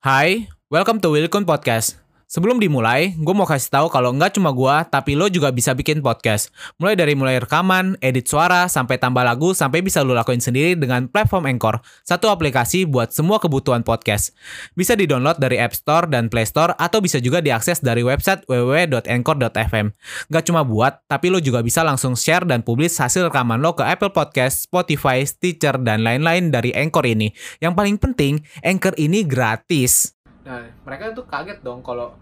Hai, welcome to Wilkun Podcast. Sebelum dimulai, gue mau kasih tahu kalau nggak cuma gue, tapi lo juga bisa bikin podcast. Mulai rekaman, edit suara, sampai tambah lagu, sampai bisa lo lakuin sendiri dengan platform Anchor. Satu aplikasi buat semua kebutuhan podcast. Bisa di-download dari App Store dan Play Store, atau bisa juga diakses dari website www.anchor.fm. Nggak cuma buat, tapi lo juga bisa langsung share dan publish hasil rekaman lo ke Apple Podcast, Spotify, Stitcher, dan lain-lain dari Anchor ini. Yang paling penting, Anchor ini gratis. Nah, mereka tuh kaget dong kalau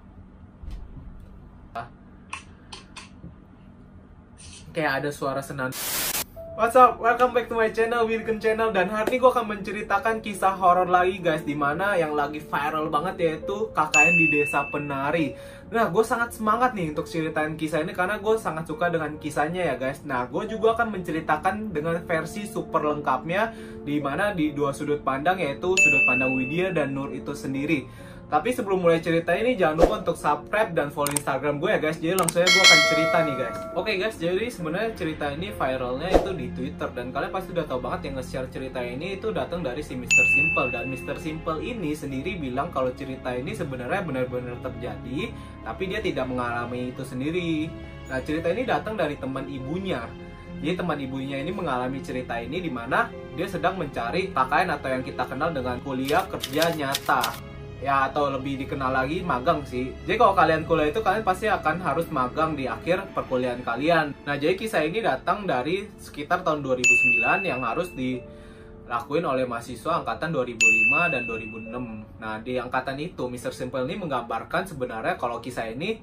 kayak ada suara senang. What's up? Welcome back to my channel, Wilkun Channel. Dan hari ini gue akan menceritakan kisah horor lagi guys, dimana yang lagi viral banget yaitu KKN di Desa Penari. Nah, gue sangat semangat nih untuk ceritain kisah ini karena gue sangat suka dengan kisahnya ya guys. Nah, gue juga akan menceritakan dengan versi super lengkapnya, dimana di dua sudut pandang, yaitu sudut pandang Widya dan Nur itu sendiri. Tapi sebelum mulai cerita ini, jangan lupa untuk subscribe dan follow Instagram gue ya guys. Jadi langsung aja gue akan cerita nih guys. Oke guys, jadi sebenarnya cerita ini viralnya itu di Twitter. Dan kalian pasti udah tahu banget yang nge-share cerita ini itu datang dari si Mr. Simple. Dan Mr. Simple ini sendiri bilang kalau cerita ini sebenarnya benar-benar terjadi, tapi dia tidak mengalami itu sendiri. Nah, cerita ini datang dari teman ibunya. Jadi teman ibunya ini mengalami cerita ini di mana dia sedang mencari KKN atau yang kita kenal dengan kuliah kerja nyata. Ya, atau lebih dikenal lagi magang sih. Jadi kalau kalian kuliah itu kalian pasti akan harus magang di akhir perkuliahan kalian. Nah, jadi kisah ini datang dari sekitar tahun 2009 yang harus dilakuin oleh mahasiswa angkatan 2005 dan 2006. Nah, di angkatan itu Mr. Simple ini menggambarkan sebenarnya kalau kisah ini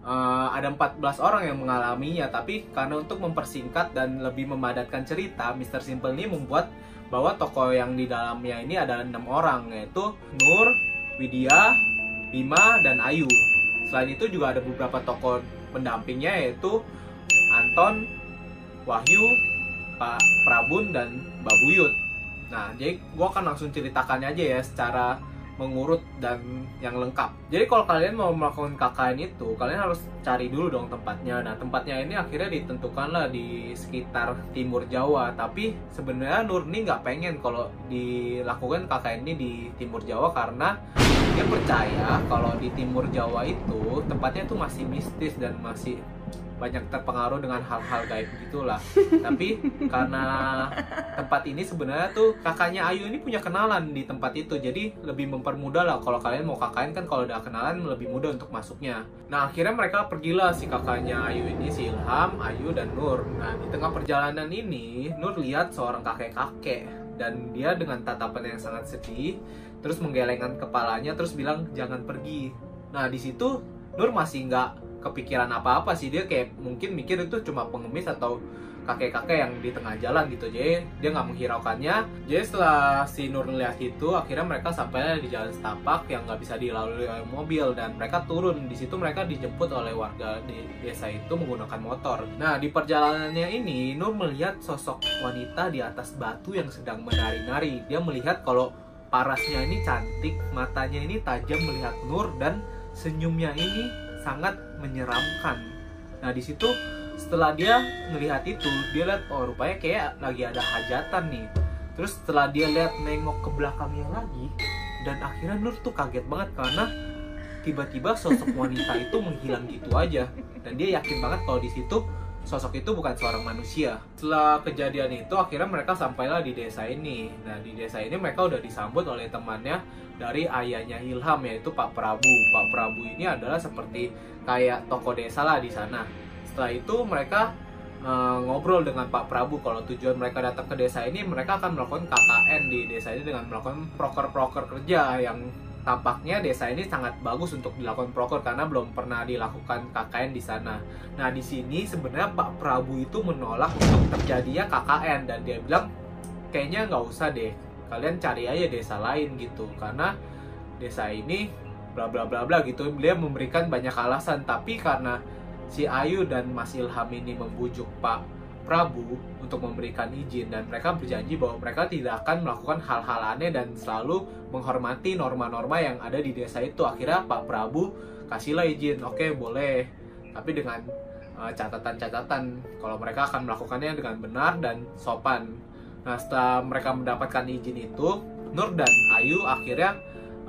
ada 14 orang yang mengalaminya. Tapi karena untuk mempersingkat dan lebih memadatkan cerita, Mr. Simple ini membuat bahwa tokoh yang di dalamnya ini adalah 6 orang, yaitu Nur, Widya, Bima, dan Ayu. Selain itu juga ada beberapa tokoh pendampingnya yaitu Anton, Wahyu, Pak Prabun, dan Mbak Buyut. Nah, jadi gue akan langsung ceritakannya aja ya secara mengurut dan yang lengkap. Jadi kalau kalian mau melakukan KKN itu, kalian harus cari dulu dong tempatnya. Nah, tempatnya ini akhirnya ditentukan lah di sekitar timur Jawa. Tapi sebenarnya Nur ini nggak pengen kalau dilakukan KKN ini di timur Jawa karena dia percaya kalau di timur Jawa itu tempatnya tuh masih mistis dan masih banyak terpengaruh dengan hal-hal gaib gitulah. Tapi karena tempat ini sebenarnya tuh kakaknya Ayu ini punya kenalan di tempat itu, jadi lebih mempermudah lah kalau kalian mau KKN kan kalau udah kenalan lebih mudah untuk masuknya. Nah, akhirnya mereka pergilah si kakaknya Ayu ini, si Ilham, Ayu, dan Nur. Nah, di tengah perjalanan ini Nur lihat seorang kakek-kakek dan dia dengan tatapan yang sangat sedih terus menggelengkan kepalanya terus bilang jangan pergi. Nah, di situ Nur masih nggak kepikiran apa-apa sih, dia kayak mungkin mikir itu cuma pengemis atau kakek-kakek yang di tengah jalan gitu, jadi dia nggak menghiraukannya. Jadi setelah si Nur lihat itu, akhirnya mereka sampai di jalan setapak yang nggak bisa dilalui oleh mobil dan mereka turun. Di situ mereka dijemput oleh warga di desa itu menggunakan motor. Nah, di perjalanannya ini Nur melihat sosok wanita di atas batu yang sedang menari-nari. Dia melihat kalau parasnya ini cantik, matanya ini tajam melihat Nur, dan senyumnya ini sangat menyeramkan. Nah, di situ setelah dia melihat itu, dia lihat oh rupanya kayak lagi ada hajatan nih. Terus setelah dia lihat nengok ke belakangnya lagi, dan akhirnya Nur tuh kaget banget karena tiba-tiba sosok wanita itu menghilang gitu aja. Dan dia yakin banget kalau di situ sosok itu bukan seorang manusia. Setelah kejadian itu, akhirnya mereka sampailah di desa ini. Nah, di desa ini mereka udah disambut oleh temannya dari ayahnya Ilham, yaitu Pak Prabu. Pak Prabu ini adalah seperti kayak tokoh desa lah di sana. Setelah itu mereka ngobrol dengan Pak Prabu kalau tujuan mereka datang ke desa ini, mereka akan melakukan KKN di desa ini dengan melakukan proker-proker kerja yang tampaknya desa ini sangat bagus untuk dilakukan proker karena belum pernah dilakukan KKN di sana. Nah, di sini sebenarnya Pak Prabu itu menolak untuk terjadinya KKN dan dia bilang kayaknya nggak usah deh, kalian cari aja desa lain gitu karena desa ini bla bla bla bla gitu. Dia memberikan banyak alasan, tapi karena si Ayu dan Mas Ilham ini membujuk Pak Prabu untuk memberikan izin dan mereka berjanji bahwa mereka tidak akan melakukan hal-hal aneh dan selalu menghormati norma-norma yang ada di desa itu. Akhirnya Pak Prabu kasihlah izin, oke boleh, tapi dengan catatan-catatan kalau mereka akan melakukannya dengan benar dan sopan. Nah, setelah mereka mendapatkan izin itu, Nur dan Ayu akhirnya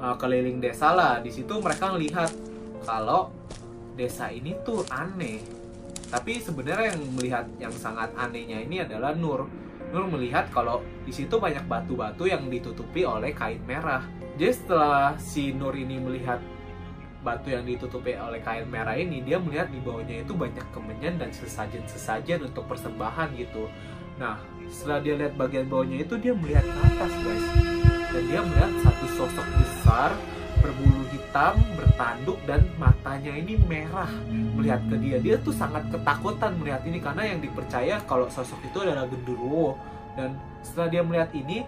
keliling desa lah. Di situ mereka melihat kalau desa ini tuh aneh. Tapi sebenarnya yang melihat yang sangat anehnya ini adalah Nur. Nur melihat kalau di situ banyak batu-batu yang ditutupi oleh kain merah. Jadi setelah si Nur ini melihat batu yang ditutupi oleh kain merah ini, dia melihat di bawahnya itu banyak kemenyan dan sesajen-sesajen untuk persembahan gitu. Nah, setelah dia lihat bagian bawahnya itu, dia melihat ke atas guys. Dan dia melihat satu sosok besar berbulu hitam, bertanduk, dan matanya ini merah melihat ke dia. Dia tuh sangat ketakutan melihat ini karena yang dipercaya kalau sosok itu adalah genderuwo. Dan setelah dia melihat ini,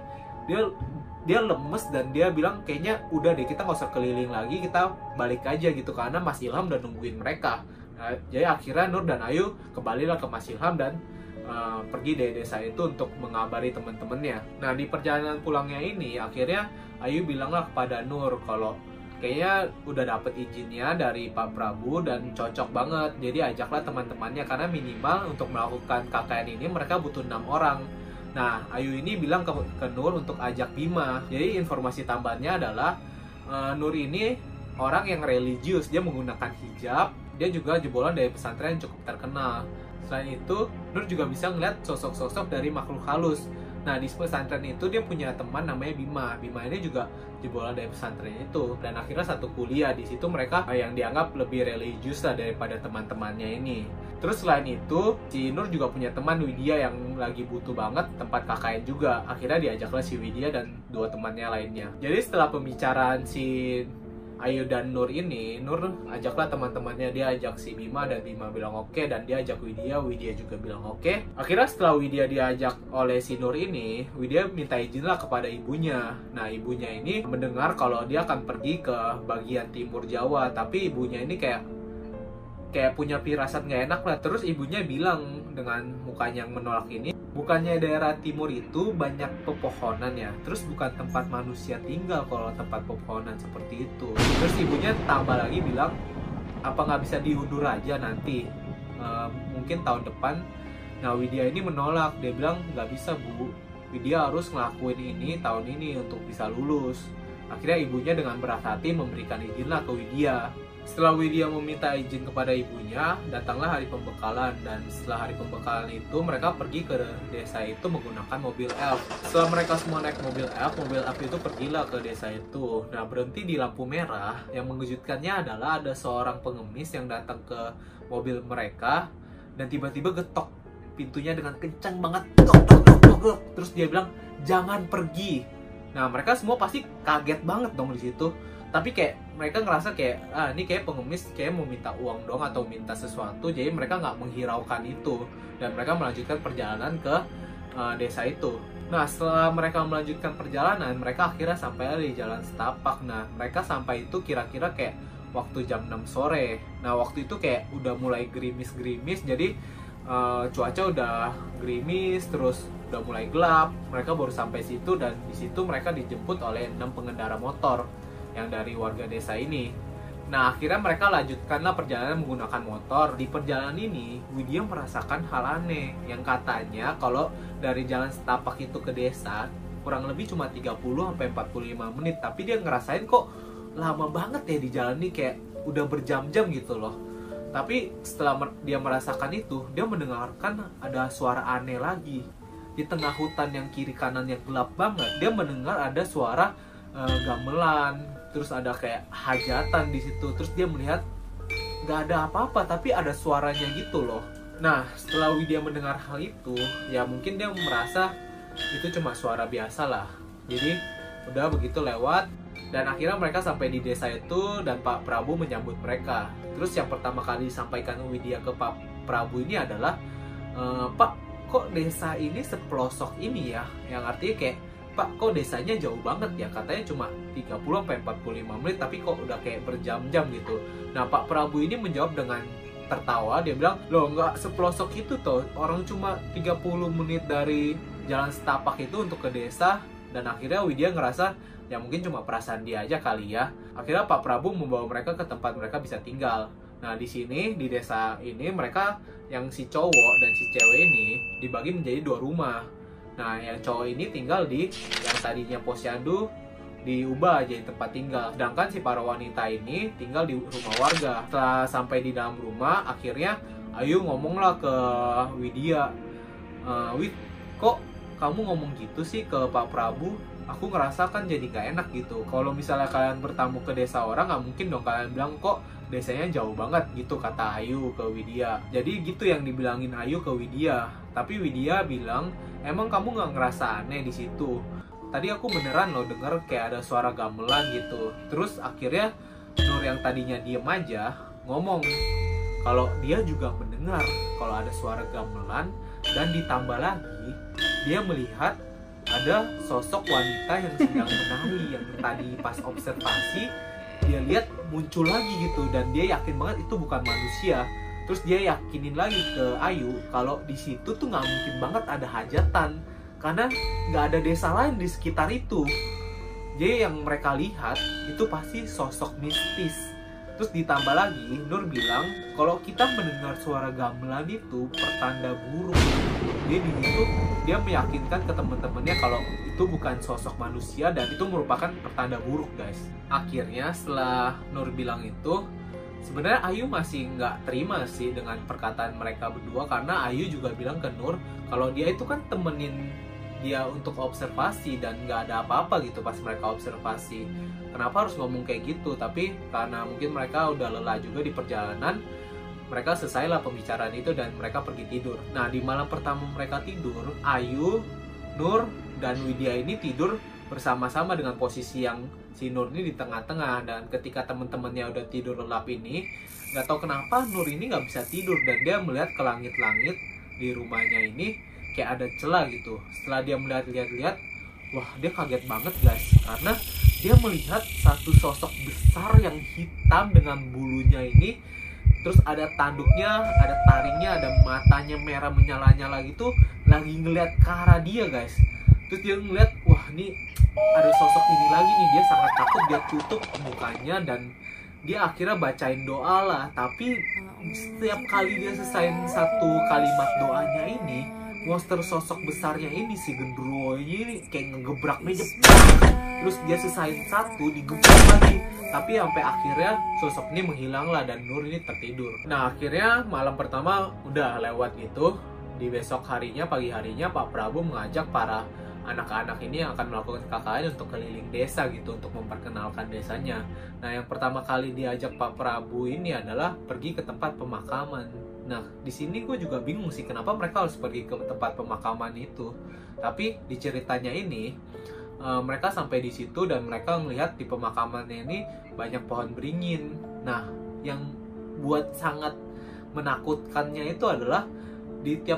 dia lemes dan dia bilang kayaknya udah deh, kita nggak usah keliling lagi, kita balik aja gitu karena Mas Ilham udah nungguin mereka. Nah, jadi akhirnya Nur dan Ayu kembalilah ke Mas Ilham dan pergi dari desa itu untuk mengabari teman-temannya. Nah, di perjalanan pulangnya ini akhirnya Ayu bilanglah kepada Nur kalau kayaknya udah dapet izinnya dari Pak Prabu dan cocok banget. Jadi ajaklah teman-temannya karena minimal untuk melakukan KKN ini mereka butuh 6 orang. Nah, Ayu ini bilang ke Nur untuk ajak Bima. Jadi informasi tambahannya adalah Nur ini orang yang religius. Dia menggunakan hijab. Dia juga jebolan dari pesantren yang cukup terkenal. Selain itu, Nur juga bisa ngeliat sosok-sosok dari makhluk halus. Nah, di pesantren itu dia punya teman namanya Bima. Bima ini juga jebolan dari pesantren itu. Dan akhirnya satu kuliah. Di situ mereka yang dianggap lebih religius lah daripada teman-temannya ini. Terus selain itu, si Nur juga punya teman Widya yang lagi butuh banget tempat KKN juga. Akhirnya diajaklah si Widya dan 2 temannya lainnya. Jadi setelah pembicaraan si Ayu dan Nur ini, Nur ajaklah teman-temannya, dia ajak si Bima dan Bima bilang oke, dan dia ajak Widya, Widya juga bilang oke. Akhirnya setelah Widya diajak oleh si Nur ini, Widya minta izin lah kepada ibunya. Nah, ibunya ini mendengar kalau dia akan pergi ke bagian timur Jawa, tapi ibunya ini kayak punya firasat nggak enak lah. Terus ibunya bilang dengan mukanya yang menolak ini, bukannya daerah timur itu banyak pepohonan ya, terus bukan tempat manusia tinggal kalau tempat pepohonan seperti itu. Terus ibunya tambah lagi bilang, apa nggak bisa diundur aja nanti, mungkin tahun depan. Nah, Widya ini menolak, dia bilang nggak bisa Bu, Widya harus ngelakuin ini tahun ini untuk bisa lulus. Akhirnya ibunya dengan berat hati memberikan izin lah ke Widya. Setelah Widya meminta izin kepada ibunya, datanglah hari pembekalan. Dan setelah hari pembekalan itu, mereka pergi ke desa itu menggunakan mobil elf. Setelah mereka semua naik mobil elf itu pergilah ke desa itu. Nah, berhenti di lampu merah. Yang mengejutkannya adalah ada seorang pengemis yang datang ke mobil mereka dan tiba-tiba getok pintunya dengan kencang banget. Terus dia bilang, jangan pergi. Nah, mereka semua pasti kaget banget dong di situ. Tapi kayak mereka ngerasa kayak, ini kayak pengemis kayak mau minta uang dong atau minta sesuatu. Jadi mereka nggak menghiraukan itu. Dan mereka melanjutkan perjalanan ke desa itu. Nah, setelah mereka melanjutkan perjalanan, mereka akhirnya sampai di Jalan Setapak. Nah, mereka sampai itu kira-kira kayak waktu jam 6 sore. Nah, waktu itu kayak udah mulai gerimis-gerimis. Jadi cuaca udah gerimis, terus udah mulai gelap. Mereka baru sampai situ dan di situ mereka dijemput oleh 6 pengendara motor yang dari warga desa ini. Nah, akhirnya mereka lanjutkanlah perjalanan menggunakan motor. Di perjalanan ini, Widya merasakan hal aneh yang katanya kalau dari Jalan Setapak itu ke desa kurang lebih cuma 30-45 menit, tapi dia ngerasain kok lama banget ya di jalan ini, kayak udah berjam-jam gitu loh. Tapi setelah dia merasakan itu, dia mendengarkan ada suara aneh lagi. Di tengah hutan yang kiri kanan yang gelap banget, dia mendengar ada suara gamelan, terus ada kayak hajatan di situ. Terus dia melihat nggak ada apa-apa, tapi ada suaranya gitu loh. Nah, setelah Widya mendengar hal itu, ya mungkin dia merasa itu cuma suara biasa lah. Jadi udah begitu lewat, dan akhirnya mereka sampai di desa itu dan Pak Prabu menyambut mereka. Terus yang pertama kali disampaikan Widya ke Pak Prabu ini adalah, Pak, kok desa ini sepelosok ini ya? Yang artinya kayak, Pak, kok desanya jauh banget ya? Katanya cuma 30-45 menit, tapi kok udah kayak berjam-jam gitu. Nah, Pak Prabu ini menjawab dengan tertawa. Dia bilang, loh nggak sepelosok itu toh. Orang cuma 30 menit dari Jalan Setapak itu untuk ke desa. Dan akhirnya Widya ngerasa, ya mungkin cuma perasaan dia aja kali ya. Akhirnya Pak Prabu membawa mereka ke tempat mereka bisa tinggal. Nah, di sini, di desa ini, mereka yang si cowok dan si cewek ini dibagi menjadi 2 rumah. Nah, yang cowok ini tinggal di yang tadinya posyandu diubah jadi tempat tinggal. Sedangkan si para wanita ini tinggal di rumah warga. Setelah sampai di dalam rumah, akhirnya Ayu ngomonglah ke Widya, Wid, kok kamu ngomong gitu sih ke Pak Prabu? Aku ngerasa kan jadi gak enak gitu. Kalau misalnya kalian bertamu ke desa orang, gak mungkin dong kalian bilang kok desanya jauh banget gitu, kata Ayu ke Widya. Jadi gitu yang dibilangin Ayu ke Widya. Tapi Widya bilang, emang kamu gak ngerasa aneh di situ? Tadi aku beneran loh denger kayak ada suara gamelan gitu. Terus akhirnya Nur yang tadinya diem aja ngomong kalau dia juga mendengar kalau ada suara gamelan, dan ditambah lagi dia melihat ada sosok wanita yang sedang menari yang tadi pas observasi dia lihat muncul lagi gitu, dan dia yakin banget itu bukan manusia. Terus dia yakinin lagi ke Ayu kalau di situ tuh nggak mungkin banget ada hajatan karena nggak ada desa lain di sekitar itu. Jadi yang mereka lihat itu pasti sosok mistis. Terus ditambah lagi Nur bilang kalau kita mendengar suara gamelan itu pertanda buruk. Dia di situ dia meyakinkan ke teman-temannya kalau itu bukan sosok manusia dan itu merupakan pertanda buruk, guys. Akhirnya setelah Nur bilang itu, sebenarnya Ayu masih nggak terima sih dengan perkataan mereka berdua, karena Ayu juga bilang ke Nur kalau dia itu kan temenin dia untuk observasi dan nggak ada apa-apa gitu pas mereka observasi. Kenapa harus ngomong kayak gitu? Tapi karena mungkin mereka udah lelah juga di perjalanan, mereka selesailah pembicaraan itu dan mereka pergi tidur. Nah, di malam pertama mereka tidur, Ayu, Nur, dan Widya ini tidur bersama-sama dengan posisi yang si Nur ini di tengah-tengah. Dan ketika teman-temannya udah tidur lelap ini, nggak tahu kenapa Nur ini nggak bisa tidur dan dia melihat ke langit-langit di rumahnya ini kayak ada celah gitu. Setelah dia melihat-lihat, wah dia kaget banget, guys, karena dia melihat satu sosok besar yang hitam dengan bulunya ini. Terus ada tanduknya, ada taringnya, ada matanya merah menyala-nyala gitu, lagi ngeliat ke arah dia, guys. Terus dia ngeliat, wah ini ada sosok ini lagi nih. Dia sangat takut, dia tutup mukanya dan dia akhirnya bacain doa lah. Tapi setiap kali dia selesaiin satu kalimat doanya ini, monster sosok besarnya ini, si genderuwo ini kayak ngegebrak meja. Terus dia selesaiin satu, digebrak lagi. Tapi sampai akhirnya sosok ini menghilang lah dan Nur ini tertidur. Nah, akhirnya malam pertama udah lewat gitu. Di besok harinya, pagi harinya, Pak Prabu mengajak para anak-anak ini yang akan melakukan KKN untuk keliling desa gitu, untuk memperkenalkan desanya. Nah, yang pertama kali diajak Pak Prabu ini adalah pergi ke tempat pemakaman. Nah, di sini gue juga bingung sih kenapa mereka harus pergi ke tempat pemakaman itu. Tapi di ceritanya ini mereka sampai di situ dan mereka melihat di pemakamannya ini banyak pohon beringin. Nah, yang buat sangat menakutkannya itu adalah di tiap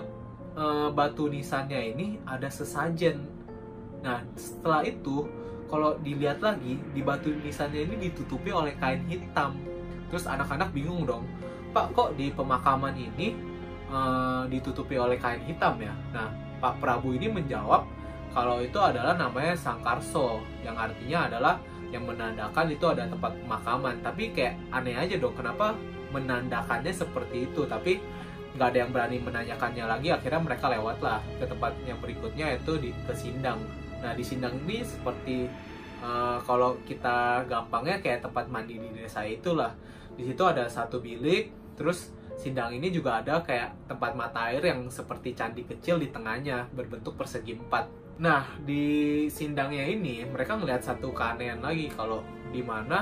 batu nisannya ini ada sesajen. Nah, setelah itu kalau dilihat lagi di batu nisannya ini ditutupi oleh kain hitam. Terus anak-anak bingung dong, Pak, kok di pemakaman ini ditutupi oleh kain hitam ya? Nah, Pak Prabu ini menjawab kalau itu adalah namanya Sangkarso, yang artinya adalah yang menandakan itu ada tempat pemakaman. Tapi kayak aneh aja dong, kenapa menandakannya seperti itu? Tapi nggak ada yang berani menanyakannya lagi. Akhirnya mereka lewatlah ke tempat yang berikutnya, yaitu ke Sindang. Nah, di Sindang ini seperti kalau kita gampangnya kayak tempat mandi di desa itulah. Di situ ada satu bilik, terus Sindang ini juga ada kayak tempat mata air yang seperti candi kecil di tengahnya, berbentuk persegi 4. Nah, di Sindangnya ini mereka ngelihat satu keanehan lagi, kalau di mana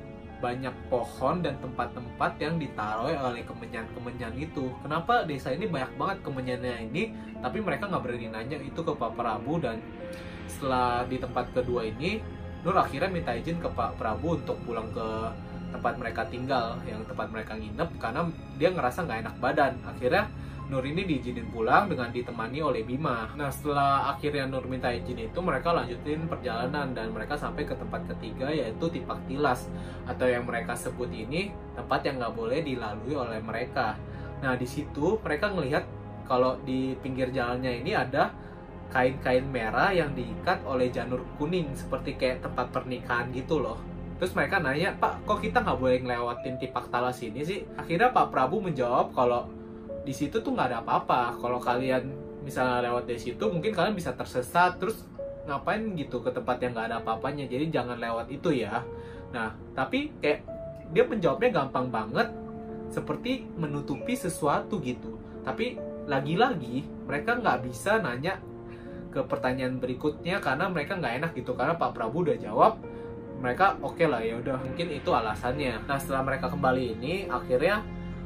banyak pohon dan tempat-tempat yang ditaruh oleh kemenyan-kemenyan itu. Kenapa desa ini banyak banget kemenyannya ini? Tapi mereka nggak berani nanya itu ke Pak Prabu. Dan setelah di tempat kedua ini, Nur akhirnya minta izin ke Pak Prabu untuk pulang ke tempat mereka tinggal, yang tempat mereka nginep, karena dia ngerasa nggak enak badan. Akhirnya Nur ini diizinin pulang dengan ditemani oleh Bima. Nah, setelah akhirnya Nur minta izin itu, mereka lanjutin perjalanan dan mereka sampai ke tempat ketiga, yaitu Tipak Tilas, atau yang mereka sebut ini tempat yang nggak boleh dilalui oleh mereka. Nah, di situ mereka ngelihat kalau di pinggir jalannya ini ada kain-kain merah yang diikat oleh janur kuning, seperti kayak tempat pernikahan gitu loh. Terus mereka nanya, Pak, kok kita nggak boleh ngelewatin Tipak Tilas ini sih? Akhirnya Pak Prabu menjawab kalau di situ tuh nggak ada apa-apa. Kalau kalian misalnya lewat dari situ, mungkin kalian bisa tersesat. Terus ngapain gitu ke tempat yang nggak ada apa-apanya, jadi jangan lewat itu ya. Nah tapi kayak dia menjawabnya gampang banget, seperti menutupi sesuatu gitu. Tapi lagi-lagi mereka nggak bisa nanya ke pertanyaan berikutnya karena mereka nggak enak gitu, karena Pak Prabu udah jawab. Mereka oke lah, ya udah mungkin itu alasannya. Nah setelah mereka kembali ini, akhirnya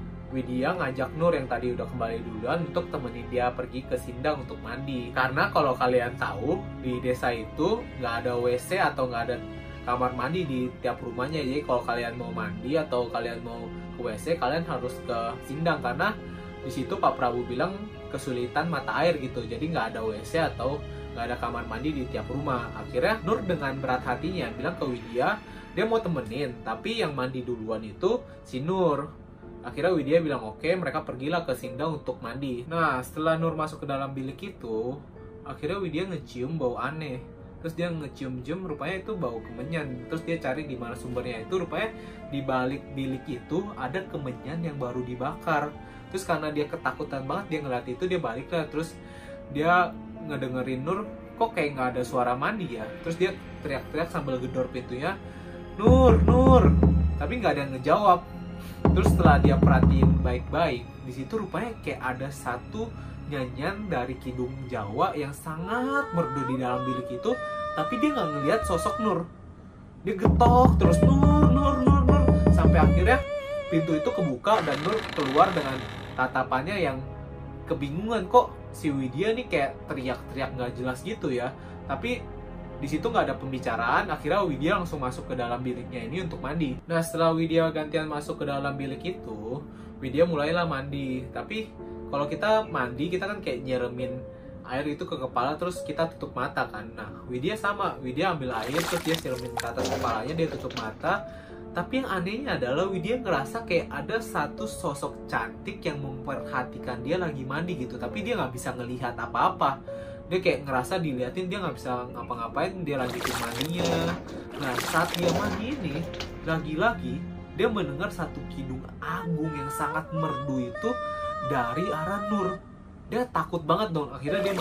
Widya ngajak Nur yang tadi udah kembali duluan untuk temenin dia pergi ke Sindang untuk mandi. Karena kalau kalian tahu, di desa itu nggak ada WC atau nggak ada kamar mandi di tiap rumahnya. Jadi kalau kalian mau mandi atau kalian mau ke WC, kalian harus ke Sindang, karena di situ Pak Prabu bilang kesulitan mata air gitu. Jadi nggak ada WC atau nggak ada kamar mandi di tiap rumah. Akhirnya Nur dengan berat hatinya bilang ke Widya dia mau temenin, tapi yang mandi duluan itu si Nur. Akhirnya Widya bilang oke, mereka pergilah ke Sindang untuk mandi. Nah setelah Nur masuk ke dalam bilik itu, akhirnya Widya ngecium bau aneh. Terus dia ngecium-cium, rupanya itu bau kemenyan. Terus dia cari di mana sumbernya, itu rupanya di balik bilik itu ada kemenyan yang baru dibakar. Terus karena dia ketakutan banget, dia ngeliat itu, dia balik lah. Terus dia ngedengerin Nur, kok kayak nggak ada suara mandi ya. Terus dia teriak-teriak sambil gedor pintunya, Nur, Nur. Tapi nggak ada yang ngejawab. Terus setelah dia perhatiin baik-baik, di situ rupanya kayak ada satu nyanyian dari Kidung Jawa yang sangat merdu di dalam bilik itu. Tapi dia nggak ngelihat sosok Nur. Dia getok terus, Nur, Nur, Nur, Nur. Sampai akhirnya pintu itu kebuka dan Nur keluar dengan tatapannya yang kebingungan, kok si Widya nih kayak teriak-teriak nggak jelas gitu ya. Tapi di situ nggak ada pembicaraan. Akhirnya Widya langsung masuk ke dalam biliknya ini untuk mandi. Nah setelah Widya gantian masuk ke dalam bilik itu, Widya mulailah mandi. Tapi kalau kita mandi, kita kan kayak nyeremin air itu ke kepala, terus kita tutup mata kan. Nah Widya sama, Widya ambil air terus dia siremin ke atas kepalanya, dia tutup mata. Tapi yang anehnya adalah Widya ngerasa kayak ada satu sosok cantik yang memperhatikan dia lagi mandi gitu. Tapi dia nggak bisa ngelihat apa-apa. Dia kayak ngerasa diliatin, dia nggak bisa ngapa-ngapain, dia lanjutin mandinya. Nah saat dia mandi ini, lagi-lagi dia mendengar satu kidung agung yang sangat merdu itu dari arah Nur. Dia takut banget dong. Akhirnya dia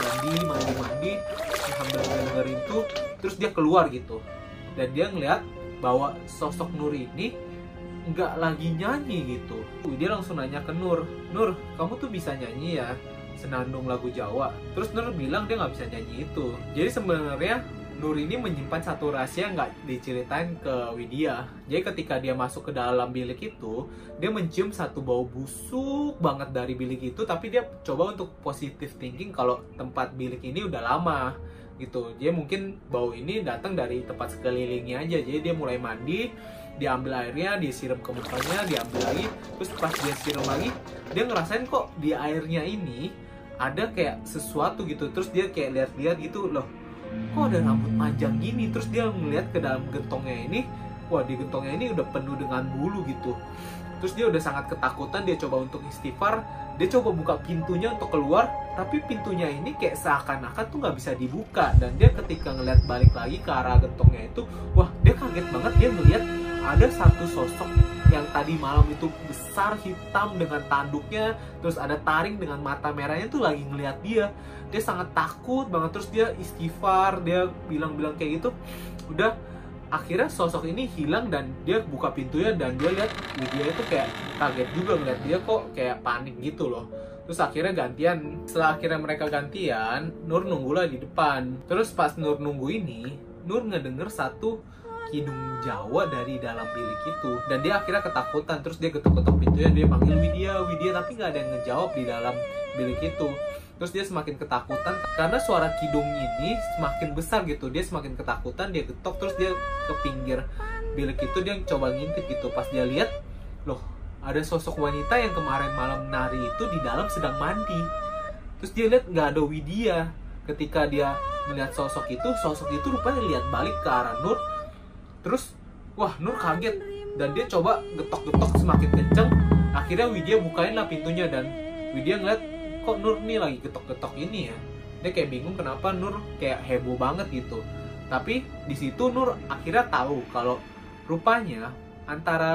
mandi sambil dengerin itu. Terus dia keluar gitu, dan dia ngeliat bahwa sosok Nur ini nggak lagi nyanyi gitu. Dia langsung nanya ke Nur, Nur, kamu tuh bisa nyanyi ya senandung lagu Jawa? Terus Nur bilang dia nggak bisa nyanyi itu. Jadi sebenarnya Nur ini menyimpan satu rahasia yang nggak diceritain ke Widya. Jadi ketika dia masuk ke dalam bilik itu, dia mencium satu bau busuk banget dari bilik itu. Tapi dia coba untuk positive thinking kalau tempat bilik ini udah lama gitu. Jadi mungkin bau ini datang dari tempat sekelilingnya aja. Jadi dia mulai mandi, dia ambil airnya, dia siram ke mukanya, dia ambil lagi. Terus pas dia siram lagi, dia ngerasain kok di airnya ini ada kayak sesuatu gitu. Terus dia kayak lihat-lihat gitu, loh kok ada rambut panjang gini. Terus dia ngeliat ke dalam gentongnya ini, wah di gentongnya ini udah penuh dengan bulu gitu. Terus dia udah sangat ketakutan, dia coba untuk istighfar, dia coba buka pintunya untuk keluar, tapi pintunya ini kayak seakan-akan tuh nggak bisa dibuka. Dan dia ketika ngeliat balik lagi ke arah gentongnya itu, wah dia kaget banget, dia ngeliat ada satu sosok yang tadi malam itu besar, hitam dengan tanduknya, terus ada taring dengan mata merahnya tuh lagi ngeliat dia. Dia sangat takut banget, terus dia istighfar, dia bilang-bilang kayak gitu. Udah, akhirnya sosok ini hilang dan dia buka pintunya dan dia lihat Widya itu kayak kaget juga ngeliat dia, kok kayak panik gitu loh. Terus akhirnya gantian. Setelah akhirnya mereka gantian, Nur nunggulah di depan. Terus pas Nur nunggu ini, Nur ngedenger satu kidung Jawa dari dalam bilik itu. Dan dia akhirnya ketakutan, terus dia ketok-ketok pintunya, dia panggil Widya, Widya, tapi nggak ada yang ngejawab di dalam bilik itu. Terus dia semakin ketakutan karena suara kidung ini semakin besar gitu. Dia semakin ketakutan, dia getok, terus dia ke pinggir bilik itu, dia coba ngintip gitu. Pas dia lihat, loh ada sosok wanita yang kemarin malam nari itu di dalam sedang mandi. Terus dia lihat nggak ada Widya. Ketika dia melihat sosok itu rupanya lihat balik ke arah Nur. Terus wah Nur kaget dan dia coba getok-getok semakin kenceng. Akhirnya Widya bukain lah pintunya dan Widya ngeliat kok Nur nih lagi getok-getok ini ya. Dia kayak bingung kenapa Nur kayak heboh banget gitu. Tapi di situ Nur akhirnya tahu kalau rupanya antara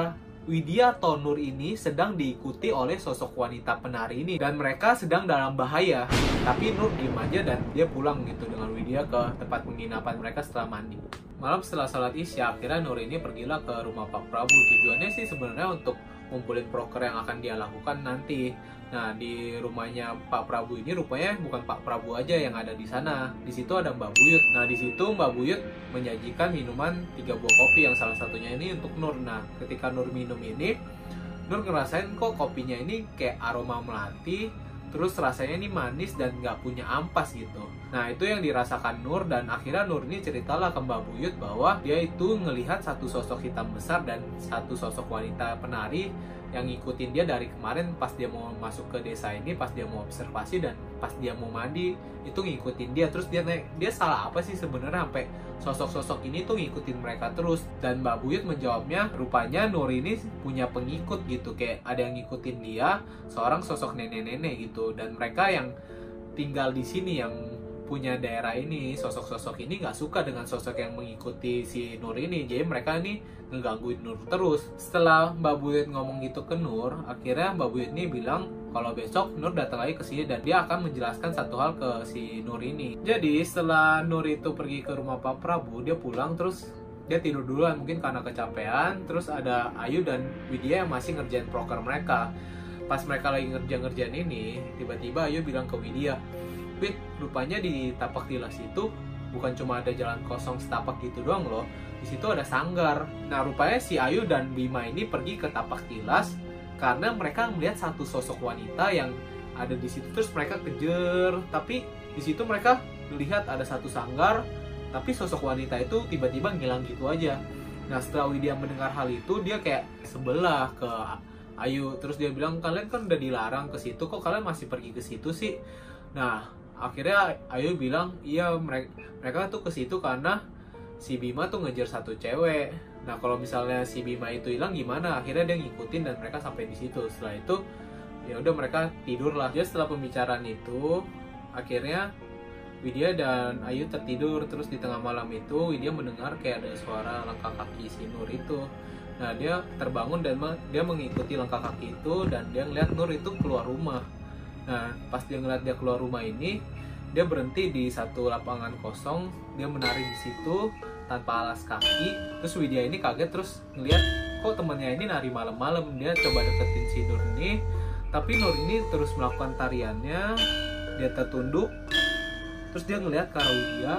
Widya atau Nur ini sedang diikuti oleh sosok wanita penari ini dan mereka sedang dalam bahaya. Tapi Nur diem aja dan dia pulang gitu dengan Widya ke tempat penginapan mereka setelah mandi. Malam setelah sholat Isya, akhirnya Nur ini pergilah ke rumah Pak Prabu. Tujuannya sih sebenarnya untuk ngumpulin proker yang akan dia lakukan nanti. Nah, di rumahnya Pak Prabu ini rupanya bukan Pak Prabu aja yang ada di sana. Di situ ada Mbak Buyut. Nah, di situ Mbak Buyut menyajikan minuman 3 buah kopi yang salah satunya ini untuk Nur. Nah, ketika Nur minum ini, Nur ngerasain kok kopinya ini kayak aroma melati, terus rasanya ini manis dan nggak punya ampas gitu. Nah, itu yang dirasakan Nur dan akhirnya Nur ini ceritalah ke Mbak Buyut bahwa dia itu ngelihat satu sosok hitam besar dan satu sosok wanita penari yang ngikutin dia dari kemarin pas dia mau masuk ke desa ini, pas dia mau observasi dan pas dia mau mandi itu ngikutin dia. Terus dia salah apa sih sebenarnya sampai sosok-sosok ini tuh ngikutin mereka terus. Dan Mbak Buyut menjawabnya rupanya Nur ini punya pengikut gitu, kayak ada yang ngikutin dia, seorang sosok nenek-nenek gitu, dan mereka yang tinggal di sini yang punya daerah ini, sosok-sosok ini nggak suka dengan sosok yang mengikuti si Nur ini, jadi mereka ini ngegangguin Nur terus. Setelah Mbak Buyut ngomong gitu ke Nur, akhirnya Mbak Buyut ini bilang kalau besok Nur datang lagi ke sini dan dia akan menjelaskan satu hal ke si Nur ini. Jadi setelah Nur itu pergi ke rumah Pak Prabu, dia pulang terus dia tidur duluan mungkin karena kecapean. Terus ada Ayu dan Widya yang masih ngerjain proker mereka. Pas mereka lagi ngerjain ini, tiba-tiba Ayu bilang ke Widya, "Wid, rupanya di tapak tilas itu bukan cuma ada jalan kosong setapak gitu doang loh. Di situ ada sanggar." Nah, rupanya si Ayu dan Bima ini pergi ke tapak tilas karena mereka melihat satu sosok wanita yang ada di situ. Terus mereka kejar, tapi di situ mereka melihat ada satu sanggar, tapi sosok wanita itu tiba-tiba ngilang gitu aja. Nah, setelah Widya mendengar hal itu, dia kayak sebelah ke Ayu. Terus dia bilang, "Kalian kan udah dilarang ke situ, kok kalian masih pergi ke situ sih?" Nah, akhirnya Ayu bilang, "Iya, mereka tuh ke situ karena si Bima tuh ngejar satu cewek. Nah, kalau misalnya si Bima itu hilang gimana?" Akhirnya dia ngikutin dan mereka sampai di situ. Setelah itu ya udah mereka tidur lah. Jadi setelah pembicaraan itu, akhirnya Widya dan Ayu tertidur. Terus di tengah malam itu Widya mendengar kayak ada suara langkah kaki si Nur itu. Nah, dia terbangun dan dia mengikuti langkah kaki itu dan dia ngeliat Nur itu keluar rumah. Nah, pas dia ngeliat dia keluar rumah ini, dia berhenti di satu lapangan kosong. Dia menari di situ tanpa alas kaki. Terus Widya ini kaget terus ngeliat kok temennya ini nari malam-malam. Dia coba deketin si Nur ini, tapi Nur ini terus melakukan tariannya. Dia tertunduk. Terus dia ngeliat ke arah Widya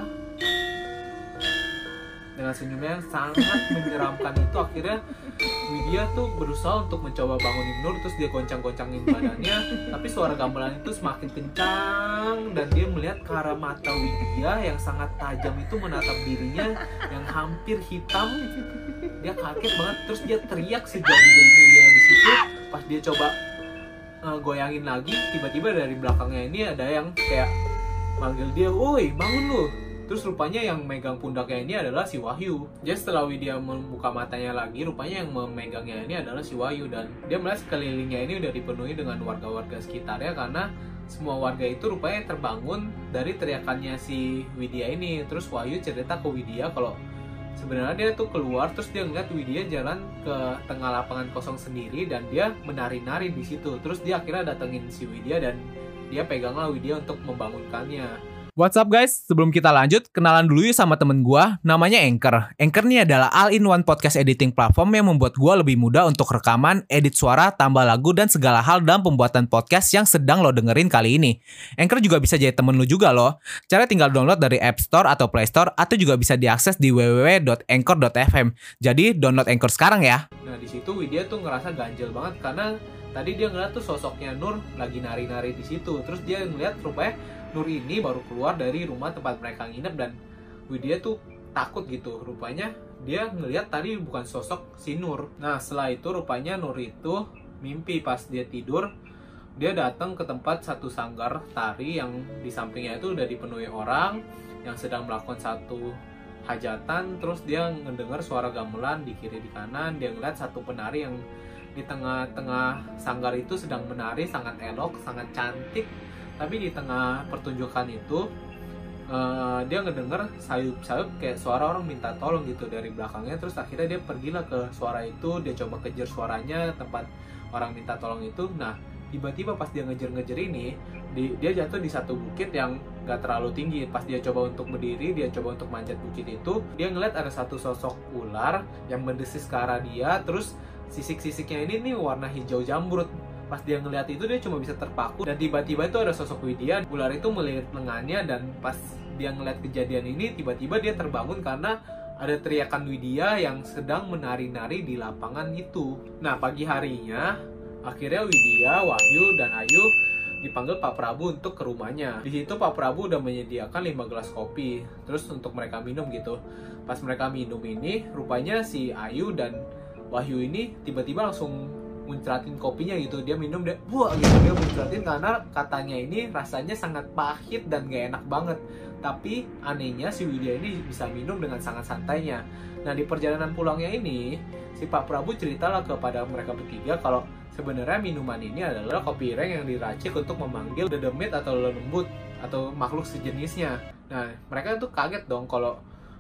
dengan senyumnya yang sangat menyeramkan itu. Akhirnya Widya tuh berusaha untuk mencoba bangunin Nur. Terus dia goncang-goncangin badannya, tapi suara gamelan itu semakin kencang dan dia melihat ke arah mata Widya yang sangat tajam itu menatap dirinya yang hampir hitam. Dia kaget banget, terus dia teriak sejadi-jadinya di situ. Pas dia coba goyangin lagi, tiba-tiba dari belakangnya ini ada yang kayak manggil dia, "Woi, bangun lu!" Terus rupanya yang megang pundaknya ini adalah si Wahyu. Jadi setelah Widya membuka matanya lagi, rupanya yang memegangnya ini adalah si Wahyu. Dan dia melihat sekelilingnya ini udah dipenuhi dengan warga-warga sekitarnya, karena semua warga itu rupanya terbangun dari teriakannya si Widya ini. Terus Wahyu cerita ke Widya kalau sebenarnya dia tuh keluar, terus dia ngeliat Widya jalan ke tengah lapangan kosong sendiri dan dia menari-nari di situ. Terus dia akhirnya datengin si Widya dan dia peganglah Widya untuk membangunkannya. What's up guys? Sebelum kita lanjut, kenalan dulu yuk sama temen gue, namanya Anchor. Anchor ini adalah all-in-one podcast editing platform yang membuat gue lebih mudah untuk rekaman, edit suara, tambah lagu, dan segala hal dalam pembuatan podcast yang sedang lo dengerin kali ini. Anchor juga bisa jadi temen lo juga loh. Cara tinggal download dari App Store atau Play Store, atau juga bisa diakses di www.anchor.fm. Jadi download Anchor sekarang ya. Nah, di situ Widya tuh ngerasa ganjel banget karena tadi dia ngeliat tuh sosoknya Nur lagi nari-nari di situ. Terus dia ngeliat rupanya Nur ini baru keluar dari rumah tempat mereka nginep dan Widya tuh takut gitu. Rupanya dia ngeliat tadi bukan sosok si Nur. Nah, setelah itu rupanya Nur itu mimpi pas dia tidur. Dia datang ke tempat satu sanggar tari yang di sampingnya itu udah dipenuhi orang yang sedang melakukan satu hajatan. Terus dia mendengar suara gamelan di kiri di kanan. Dia ngeliat satu penari yang di tengah-tengah sanggar itu sedang menari sangat elok, sangat cantik. Tapi di tengah pertunjukan itu dia ngedenger sayup-sayup kayak suara orang minta tolong gitu dari belakangnya. Terus akhirnya dia pergilah ke suara itu, dia coba kejar suaranya tempat orang minta tolong itu. Nah tiba-tiba pas dia ngejar-ngejar ini, dia jatuh di satu bukit yang gak terlalu tinggi. Pas dia coba untuk berdiri, dia coba untuk manjat bukit itu, dia ngeliat ada satu sosok ular yang mendesis ke arah dia. Terus sisik-sisiknya ini nih warna hijau jamrut. Pas dia ngeliat itu, dia cuma bisa terpaku. Dan tiba-tiba itu ada sosok Widya. Ular itu melilit lengannya, dan pas dia ngeliat kejadian ini, tiba-tiba dia terbangun karena ada teriakan Widya yang sedang menari-nari di lapangan itu. Nah pagi harinya, akhirnya Widya, Wahyu, dan Ayu dipanggil Pak Prabu untuk ke rumahnya. Di situ Pak Prabu udah menyediakan 5 gelas kopi, terus untuk mereka minum gitu. Pas mereka minum ini, rupanya si Ayu dan Wahyu ini tiba-tiba langsung muncratin kopinya gitu. Dia minum, dia buah gitu, dia muncratin karena katanya ini rasanya sangat pahit dan gak enak banget. Tapi anehnya si Widya ini bisa minum dengan sangat santainya. Nah di perjalanan pulangnya ini, si Pak Prabu ceritalah kepada mereka bertiga kalau sebenarnya minuman ini adalah kopi ireng yang diracik untuk memanggil dedemit atau lembut atau makhluk sejenisnya. Nah mereka tuh kaget dong kalau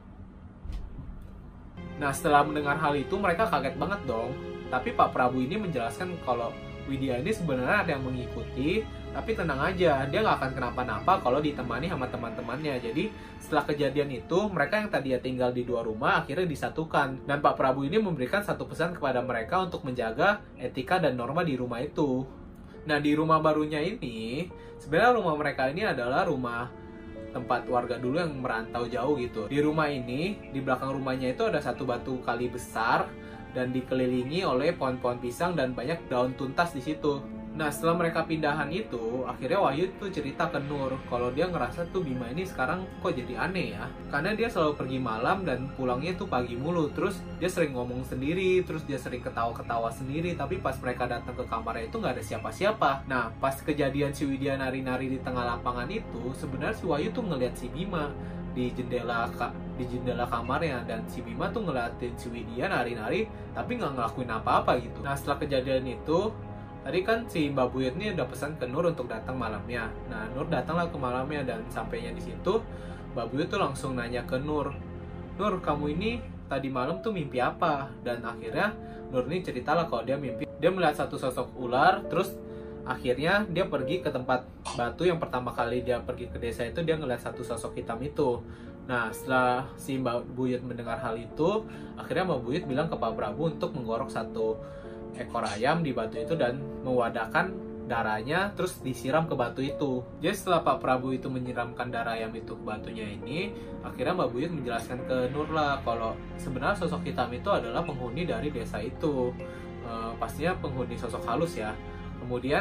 setelah mendengar hal itu mereka kaget banget dong. Tapi Pak Prabu ini menjelaskan kalau Widya ini sebenarnya ada yang mengikuti, tapi tenang aja, dia nggak akan kenapa-napa kalau ditemani sama teman-temannya. Jadi setelah kejadian itu, mereka yang tadinya tinggal di 2 rumah akhirnya disatukan. Dan Pak Prabu ini memberikan satu pesan kepada mereka untuk menjaga etika dan norma di rumah itu. Nah di rumah barunya ini, sebenarnya rumah mereka ini adalah rumah tempat warga dulu yang merantau jauh gitu. Di rumah ini, di belakang rumahnya itu ada satu batu kali besar dan dikelilingi oleh pohon-pohon pisang dan banyak daun tuntas di situ. Nah setelah mereka pindahan itu, akhirnya Wahyu tuh cerita ke Nur kalau dia ngerasa tuh Bima ini sekarang kok jadi aneh ya, karena dia selalu pergi malam dan pulangnya tuh pagi mulu. Terus dia sering ngomong sendiri, terus dia sering ketawa-ketawa sendiri, tapi pas mereka datang ke kamarnya itu nggak ada siapa-siapa. Nah pas kejadian si Widya nari-nari di tengah lapangan itu, sebenarnya si Wahyu tuh ngeliat si Bima di jendela kamarnya, dan si Bima tuh ngeliatin si Widya nari-nari tapi nggak ngelakuin apa-apa gitu. Nah setelah kejadian itu, tadi kan si Mbak Buyut nih udah pesan ke Nur untuk datang malamnya. Nah Nur datanglah ke malamnya, dan sampainya di situ Mbak Buyut tuh langsung nanya ke Nur, Nur kamu ini tadi malam tuh mimpi apa? Dan akhirnya Nur ini ceritalah kalau dia mimpi dia melihat satu sosok ular. Terus akhirnya dia pergi ke tempat batu yang pertama kali dia pergi ke desa itu, dia ngeliat satu sosok hitam itu. Nah setelah si Mbak Buyut mendengar hal itu, akhirnya Mbak Buyut bilang ke Pak Prabu untuk menggorok satu ekor ayam di batu itu dan mewadahkan darahnya terus disiram ke batu itu. Jadi setelah Pak Prabu itu menyiramkan darah ayam itu ke batunya ini, akhirnya Mbak Buyut menjelaskan ke Nur lah kalau sebenarnya sosok hitam itu adalah penghuni dari desa itu. Pastinya penghuni sosok halus ya. Kemudian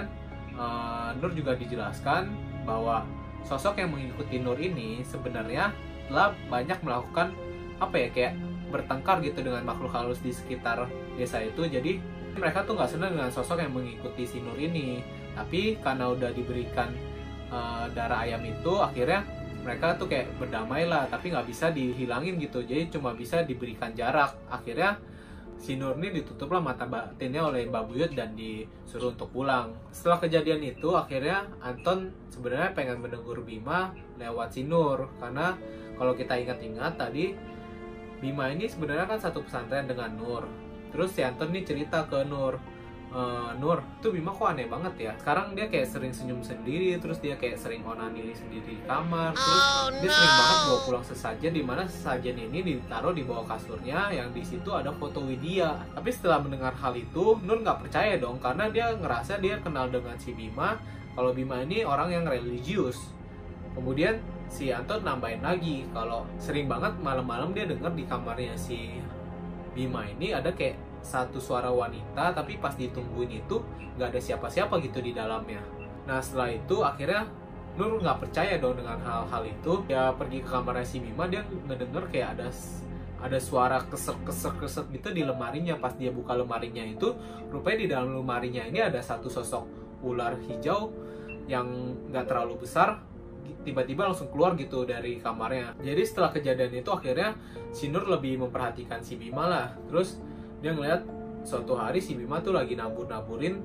Nur juga dijelaskan bahwa sosok yang mengikuti Nur ini sebenarnya telah banyak melakukan kayak bertengkar gitu dengan makhluk halus di sekitar desa itu. Jadi mereka tuh nggak senang dengan sosok yang mengikuti si Nur ini. Tapi karena udah diberikan darah ayam itu, akhirnya mereka tuh kayak berdamai lah, tapi nggak bisa dihilangin gitu. Jadi cuma bisa diberikan jarak. Akhirnya si Nur ini ditutuplah mata batinnya oleh Mbak Buyut dan disuruh untuk pulang. Setelah kejadian itu, akhirnya Anton sebenarnya pengen menegur Bima lewat si Nur. Karena kalau kita ingat-ingat tadi, Bima ini sebenarnya kan satu pesantren dengan Nur. Terus si Anton nih cerita ke Nur, Nur, tuh Bima kok aneh banget ya. Sekarang dia kayak sering senyum sendiri, terus dia kayak sering onani sendiri di kamar. Terus dia sering banget bawa pulang sesajen, dimana sesajen ini ditaruh di bawah kasurnya, yang di situ ada foto Widya. Tapi setelah mendengar hal itu, Nur nggak percaya dong, karena dia ngerasa dia kenal dengan si Bima, kalau Bima ini orang yang religius. Kemudian si Anton nambahin lagi kalau sering banget malam-malam dia dengar di kamarnya si Bima ini ada kayak satu suara wanita, tapi pas ditungguin itu nggak ada siapa-siapa gitu di dalamnya. Nah setelah itu akhirnya Nur nggak percaya dong dengan hal-hal itu. Dia pergi ke kamarnya si Bima, dia ngedenger kayak ada suara keser gitu di lemarinya. Pas dia buka lemarinya itu, rupanya di dalam lemarinya ini ada satu sosok ular hijau yang nggak terlalu besar, tiba-tiba langsung keluar gitu dari kamarnya. Jadi setelah kejadian itu akhirnya si Nur lebih memperhatikan si Bima lah. Terus dia ngeliat suatu hari si Bima tuh lagi nabur-naburin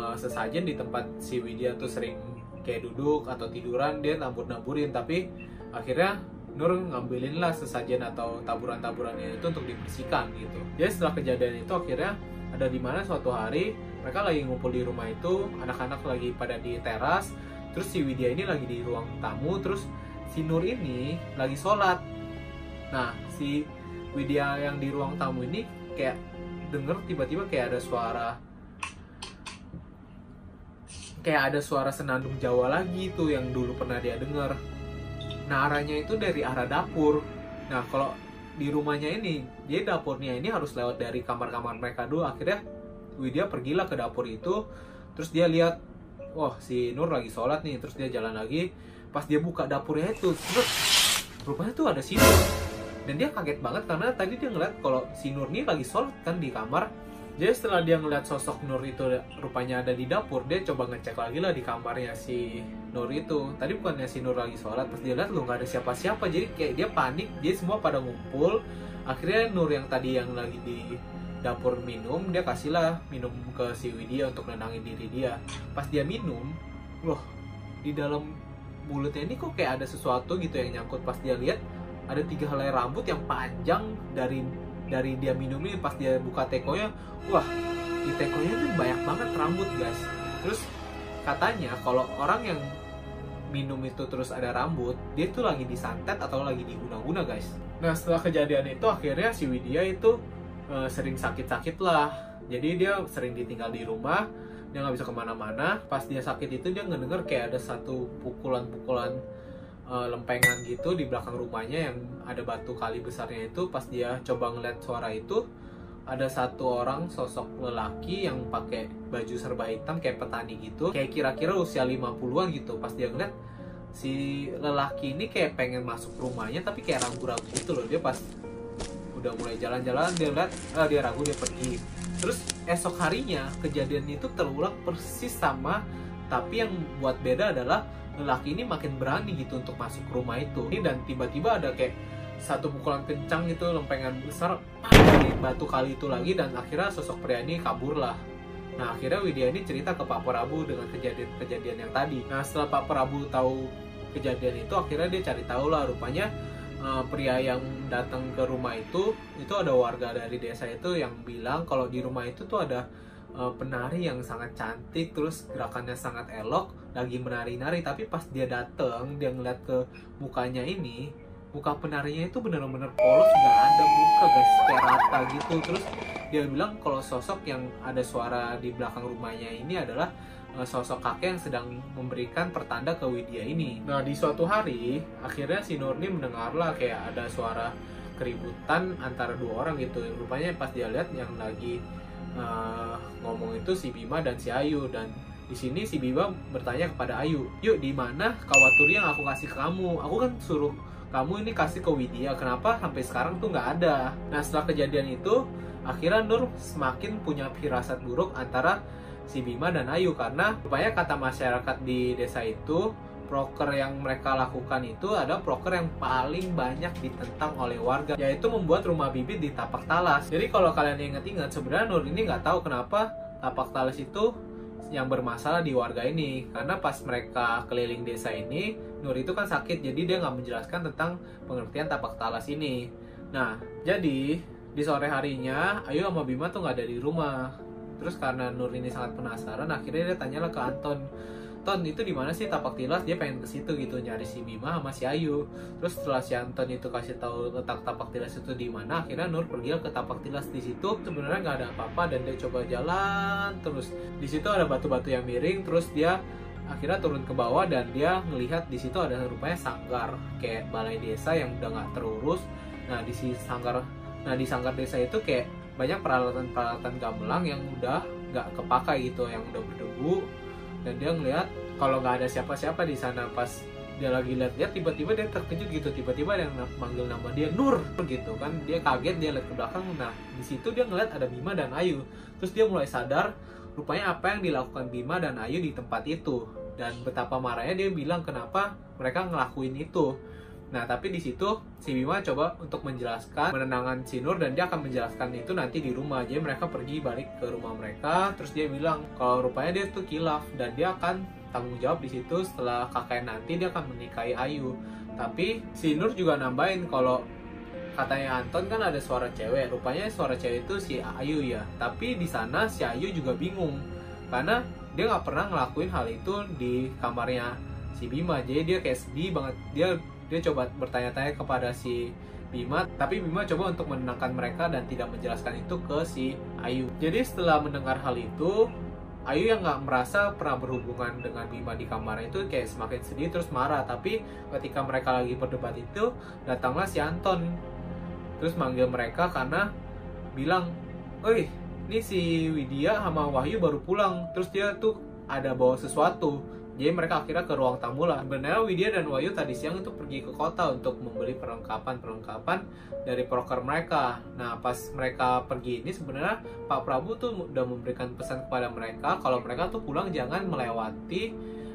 sesajen di tempat si Widya tuh sering kayak duduk atau tiduran, dia nabur-naburin. Tapi akhirnya Nur ngambilin lah sesajen atau taburan-taburannya itu untuk dibersihkan gitu. Jadi setelah kejadian itu akhirnya ada di mana suatu hari mereka lagi ngumpul di rumah itu, anak-anak lagi pada di teras, terus si Widya ini lagi di ruang tamu, terus si Nur ini lagi sholat. Nah si Widya yang di ruang tamu ini kayak denger tiba-tiba kayak ada suara senandung Jawa lagi tuh yang dulu pernah dia denger. Nah arahnya itu dari arah dapur. Nah kalau di rumahnya ini, dia dapurnya ini harus lewat dari kamar-kamar mereka dulu. Akhirnya Widya pergilah ke dapur itu, terus dia lihat, wah si Nur lagi sholat nih. Terus dia jalan lagi, pas dia buka dapurnya itu, terus rupanya tuh ada si Nur. Dan dia kaget banget karena tadi dia ngeliat kalau si Nur ini lagi sholat kan di kamar. Jadi setelah dia ngeliat sosok Nur itu rupanya ada di dapur, dia coba ngecek lagi lah di kamarnya si Nur itu. Tadi bukannya si Nur lagi sholat, pas dia lihat loh nggak ada siapa-siapa. Jadi kayak dia panik, dia semua pada ngumpul. Akhirnya Nur yang tadi yang lagi di dapur minum, dia kasihlah minum ke si Widya untuk nenangin diri dia. Pas dia minum, loh di dalam mulutnya ini kok kayak ada sesuatu gitu yang nyangkut. Pas dia lihat ada 3 helai rambut yang panjang dari dia minum ini. Pas dia buka tekonya, wah di tekonya itu banyak banget rambut guys. Terus katanya kalau orang yang minum itu terus ada rambut, dia tuh lagi disantet atau lagi diguna-guna guys. Nah setelah kejadian itu akhirnya si Widya itu sering sakit-sakit lah. Jadi dia sering ditinggal di rumah, dia nggak bisa kemana-mana. Pas dia sakit itu dia ngedenger kayak ada satu pukulan-pukulan lempengan gitu di belakang rumahnya yang ada batu kali besarnya itu. Pas dia coba ngeliat suara itu, ada satu orang sosok lelaki yang pakai baju serba hitam kayak petani gitu, kayak kira-kira usia 50-an gitu. Pas dia ngeliat si lelaki ini kayak pengen masuk rumahnya tapi kayak ragu-ragu gitu loh. Dia pas udah mulai jalan-jalan dia lihat dia ragu, dia pergi. Terus esok harinya kejadian itu terulang persis sama, tapi yang buat beda adalah lelaki ini makin berani gitu untuk masuk ke rumah itu. Dan tiba-tiba ada kayak satu pukulan kencang gitu, lempengan besar di batu kali itu lagi, dan akhirnya sosok pria ini kabur lah. Nah akhirnya Widya ini cerita ke Pak Prabu dengan kejadian yang tadi. Nah setelah Pak Prabu tahu kejadian itu, akhirnya dia cari tahu lah. Rupanya pria yang datang ke rumah itu ada warga dari desa itu yang bilang kalau di rumah itu tuh ada penari yang sangat cantik, terus gerakannya sangat elok, lagi menari-nari. Tapi pas dia dateng, dia ngeliat ke mukanya ini, muka penarinya itu bener-bener polos, nggak ada muka guys, kayak rata gitu. Terus dia bilang kalau sosok yang ada suara di belakang rumahnya ini adalah sosok kakek yang sedang memberikan pertanda ke Widya ini. Nah di suatu hari akhirnya si Nur ini mendengarlah kayak ada suara keributan antara 2 orang gitu. Rupanya pas dia lihat yang lagi ngomong itu si Bima dan si Ayu. Dan di sini si Bima bertanya kepada Ayu, "Yuk, di mana kawaturi yang aku kasih ke kamu? Aku kan suruh kamu ini kasih ke Widya, kenapa sampai sekarang tuh nggak ada?" Nah setelah kejadian itu akhirnya Nur semakin punya firasat buruk antara si Bima dan Ayu, karena rupanya kata masyarakat di desa itu, proker yang mereka lakukan itu ada proker yang paling banyak ditentang oleh warga, yaitu membuat rumah bibit di tapak talas. Jadi kalau kalian ingat-ingat, sebenarnya Nur ini nggak tahu kenapa tapak talas itu yang bermasalah di warga ini, karena pas mereka keliling desa ini, Nur itu kan sakit, jadi dia nggak menjelaskan tentang pengertian tapak talas ini. Nah jadi di sore harinya Ayu sama Bima tuh nggak ada di rumah. Terus karena Nur ini sangat penasaran, akhirnya dia tanyalah ke Anton, "Ton, itu di mana sih tapak tilas?" Dia pengen ke situ gitu nyari si Bima sama si Ayu. Terus setelah si Anton itu kasih tahu letak tapak tilas itu di mana, akhirnya Nur pergi ke tapak tilas. Di situ sebenarnya nggak ada apa-apa dan dia coba jalan terus. Di situ ada batu-batu yang miring, terus dia akhirnya turun ke bawah dan dia ngelihat di situ ada rupanya sanggar kayak balai desa yang udah nggak terurus. Nah di sanggar desa itu kayak banyak peralatan-peralatan gamelan yang udah nggak kepakai gitu, yang udah berdebu. Dan dia ngeliat kalau nggak ada siapa-siapa di sana. Pas dia lagi lihat-lihat, tiba-tiba dia terkejut gitu, tiba-tiba ada yang manggil nama dia, "Nur," gitu kan. Dia kaget, dia lihat ke belakang. Nah di situ dia ngeliat ada Bima dan Ayu. Terus dia mulai sadar rupanya apa yang dilakukan Bima dan Ayu di tempat itu, dan betapa marahnya. Dia bilang kenapa mereka ngelakuin itu. Nah tapi di situ si Bima coba untuk menjelaskan, menenangkan si Nur, dan dia akan menjelaskan itu nanti di rumah. Jadi mereka pergi balik ke rumah mereka. Terus dia bilang kalau rupanya dia tuh kilaf dan dia akan tanggung jawab di situ. Setelah kakek nanti dia akan menikahi Ayu. Tapi si Nur juga nambahin kalau katanya Anton kan ada suara cewek, rupanya suara cewek itu si Ayu ya. Tapi di sana si Ayu juga bingung karena dia nggak pernah ngelakuin hal itu di kamarnya si Bima. Jadi dia kayak sedih banget. Dia coba bertanya-tanya kepada si Bima, tapi Bima coba untuk menenangkan mereka dan tidak menjelaskan itu ke si Ayu. Jadi setelah mendengar hal itu, Ayu yang nggak merasa pernah berhubungan dengan Bima di kamar itu kayak semakin sedih terus marah. Tapi ketika mereka lagi berdebat itu, datanglah si Anton terus manggil mereka karena bilang, "Oi, ini si Widya sama Wahyu baru pulang." Terus dia tuh ada bawa sesuatu. Jadi mereka akhirnya ke ruang tamu lah. Sebenarnya Widya dan Wahyu tadi siang itu pergi ke kota untuk membeli perlengkapan dari proker mereka. Nah, pas mereka pergi ini sebenarnya Pak Prabu tuh udah memberikan pesan kepada mereka kalau mereka tuh pulang jangan melewati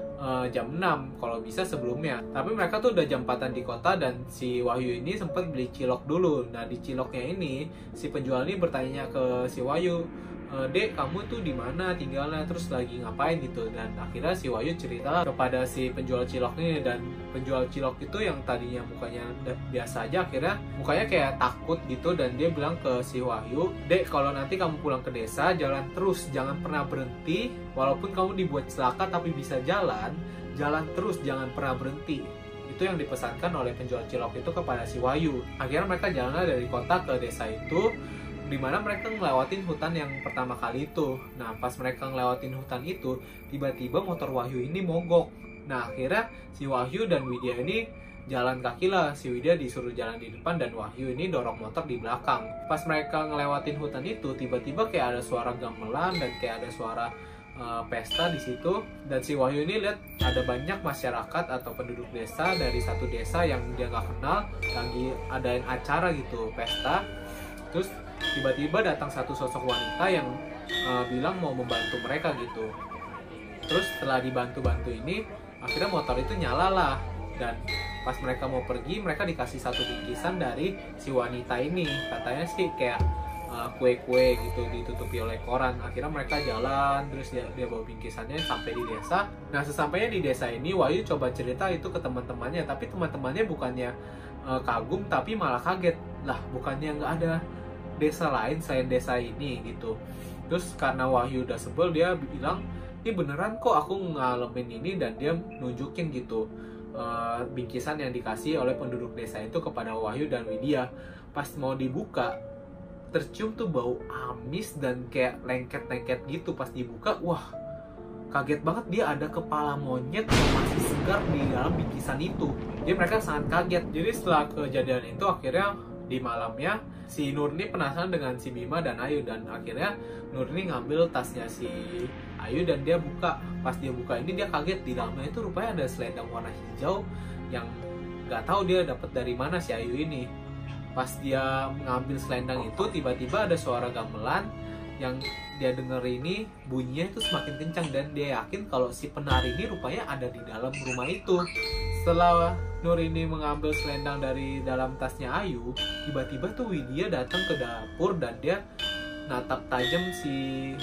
jam 6 kalau bisa sebelumnya. Tapi mereka tuh udah jam 4-an di kota dan si Wahyu ini sempat beli cilok dulu. Nah, di ciloknya ini si penjual ini bertanya ke si Wahyu, "Dek, kamu tuh di mana tinggalnya, terus lagi ngapain gitu?" Dan akhirnya si Wahyu cerita kepada si penjual cilok ini, dan penjual cilok itu yang tadinya mukanya biasa aja akhirnya mukanya kayak takut gitu, dan dia bilang ke si Wahyu, "Dek, kalau nanti kamu pulang ke desa jalan terus, jangan pernah berhenti, walaupun kamu dibuat celaka tapi bisa jalan terus, jangan pernah berhenti." Itu yang dipesankan oleh penjual cilok itu kepada si Wahyu. Akhirnya mereka jalan dari kota ke desa itu, dimana mereka ngelewatin hutan yang pertama kali itu. Nah, pas mereka ngelewatin hutan itu, tiba-tiba motor Wahyu ini mogok. Nah, akhirnya si Wahyu dan Widya ini jalan kaki lah. Si Widya disuruh jalan di depan dan Wahyu ini dorong motor di belakang. Pas mereka ngelewatin hutan itu, tiba-tiba kayak ada suara gamelan dan kayak ada suara pesta di situ. Dan si Wahyu ini lihat ada banyak masyarakat atau penduduk desa dari satu desa yang dia nggak kenal lagi adain acara gitu, pesta. Terus tiba-tiba datang satu sosok wanita yang bilang mau membantu mereka gitu. Terus setelah dibantu-bantu ini, akhirnya motor itu nyala lah. Dan pas mereka mau pergi, mereka dikasih satu bingkisan dari si wanita ini. Katanya sih kayak kue-kue gitu ditutupi oleh koran. Akhirnya mereka jalan, terus dia bawa bingkisannya sampai di desa. Nah, sesampainya di desa ini, Wahyu coba cerita itu ke teman-temannya. Tapi teman-temannya bukannya kagum, tapi malah kaget. Lah, bukannya nggak ada desa lain selain desa ini gitu. Terus karena Wahyu udah sebel, dia bilang, "Ini beneran kok aku ngalamin ini." Dan dia nunjukin gitu bingkisan yang dikasih oleh penduduk desa itu kepada Wahyu dan Widya. Pas mau dibuka, tercium tuh bau amis dan kayak lengket-lengket gitu. Pas dibuka, wah, kaget banget, dia ada kepala monyet yang masih segar di dalam bingkisan itu. Jadi mereka sangat kaget. Jadi setelah kejadian itu, akhirnya di malamnya si Nur ini penasaran dengan si Bima dan Ayu, dan akhirnya Nur ini ngambil tasnya si Ayu dan dia buka. Pas dia buka ini, dia kaget, di dalamnya itu rupanya ada selendang warna hijau yang nggak tahu dia dapat dari mana si Ayu ini. Pas dia ngambil selendang itu, tiba-tiba ada suara gamelan yang dia denger ini, bunyinya itu semakin kencang, dan dia yakin kalau si penari ini rupanya ada di dalam rumah itu. Setelah Nur ini mengambil selendang dari dalam tasnya Ayu, tiba-tiba tuh Widya datang ke dapur dan dia natap tajam si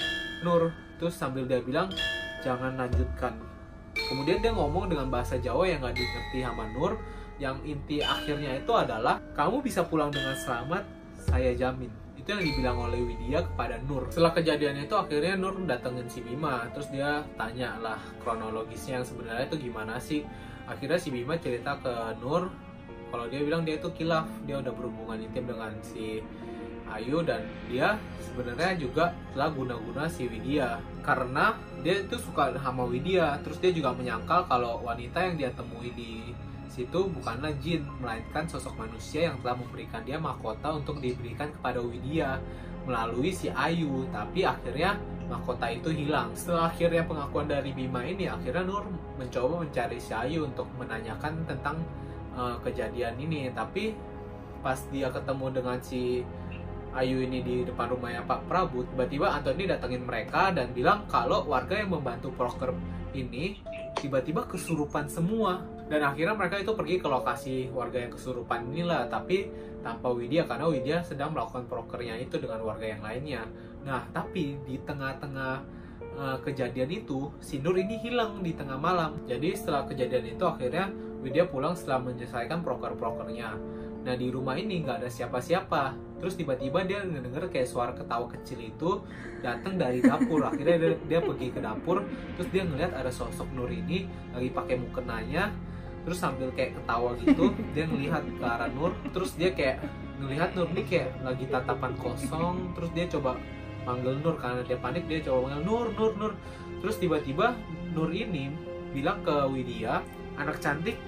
Nur. Terus sambil dia bilang, "Jangan lanjutkan." Kemudian dia ngomong dengan bahasa Jawa yang gak dimengerti sama Nur, yang inti akhirnya itu adalah, "Kamu bisa pulang dengan selamat, saya jamin." Itu yang dibilang oleh Widya kepada Nur. Setelah kejadian itu, akhirnya Nur datengin si Bima. Terus dia tanya lah kronologisnya yang sebenarnya itu gimana sih. Akhirnya si Bima cerita ke Nur kalau dia bilang dia itu kilaf, dia udah berhubungan intim dengan si Ayu, dan dia sebenarnya juga telah guna-guna si Widya karena dia itu suka sama Widya. Terus dia juga menyangkal kalau wanita yang dia temui di situ bukanlah jin, melainkan sosok manusia yang telah memberikan dia mahkota untuk diberikan kepada Widya melalui si Ayu. Tapi akhirnya mahkota itu hilang. Setelah akhirnya pengakuan dari Bima ini, akhirnya Nur mencoba mencari si Ayu untuk menanyakan tentang kejadian ini. Tapi pas dia ketemu dengan si Ayu ini di depan rumahnya Pak Prabu, tiba-tiba Anthony datengin mereka dan bilang kalau warga yang membantu proker ini tiba-tiba kesurupan semua. Dan akhirnya mereka itu pergi ke lokasi warga yang kesurupan inilah, tapi tanpa Widya karena Widya sedang melakukan prokernya itu dengan warga yang lainnya. Nah, tapi di tengah-tengah kejadian itu si Nur ini hilang di tengah malam. Jadi setelah kejadian itu akhirnya Widya pulang setelah menyelesaikan proker-prokernya. Nah di rumah ini nggak ada siapa-siapa. Terus tiba-tiba dia ngedenger kayak suara ketawa kecil itu datang dari dapur. Akhirnya dia pergi ke dapur. Terus dia ngeliat ada sosok Nur ini lagi pakai mukenanya. Terus sambil kayak ketawa gitu, dia ngelihat ke arah Nur. Terus dia kayak ngelihat Nur ini kayak lagi tatapan kosong. Terus dia coba manggil Nur karena dia panik. Dia coba manggil Nur, Nur, Nur. Terus tiba-tiba Nur ini bilang ke Widya, anak cantik,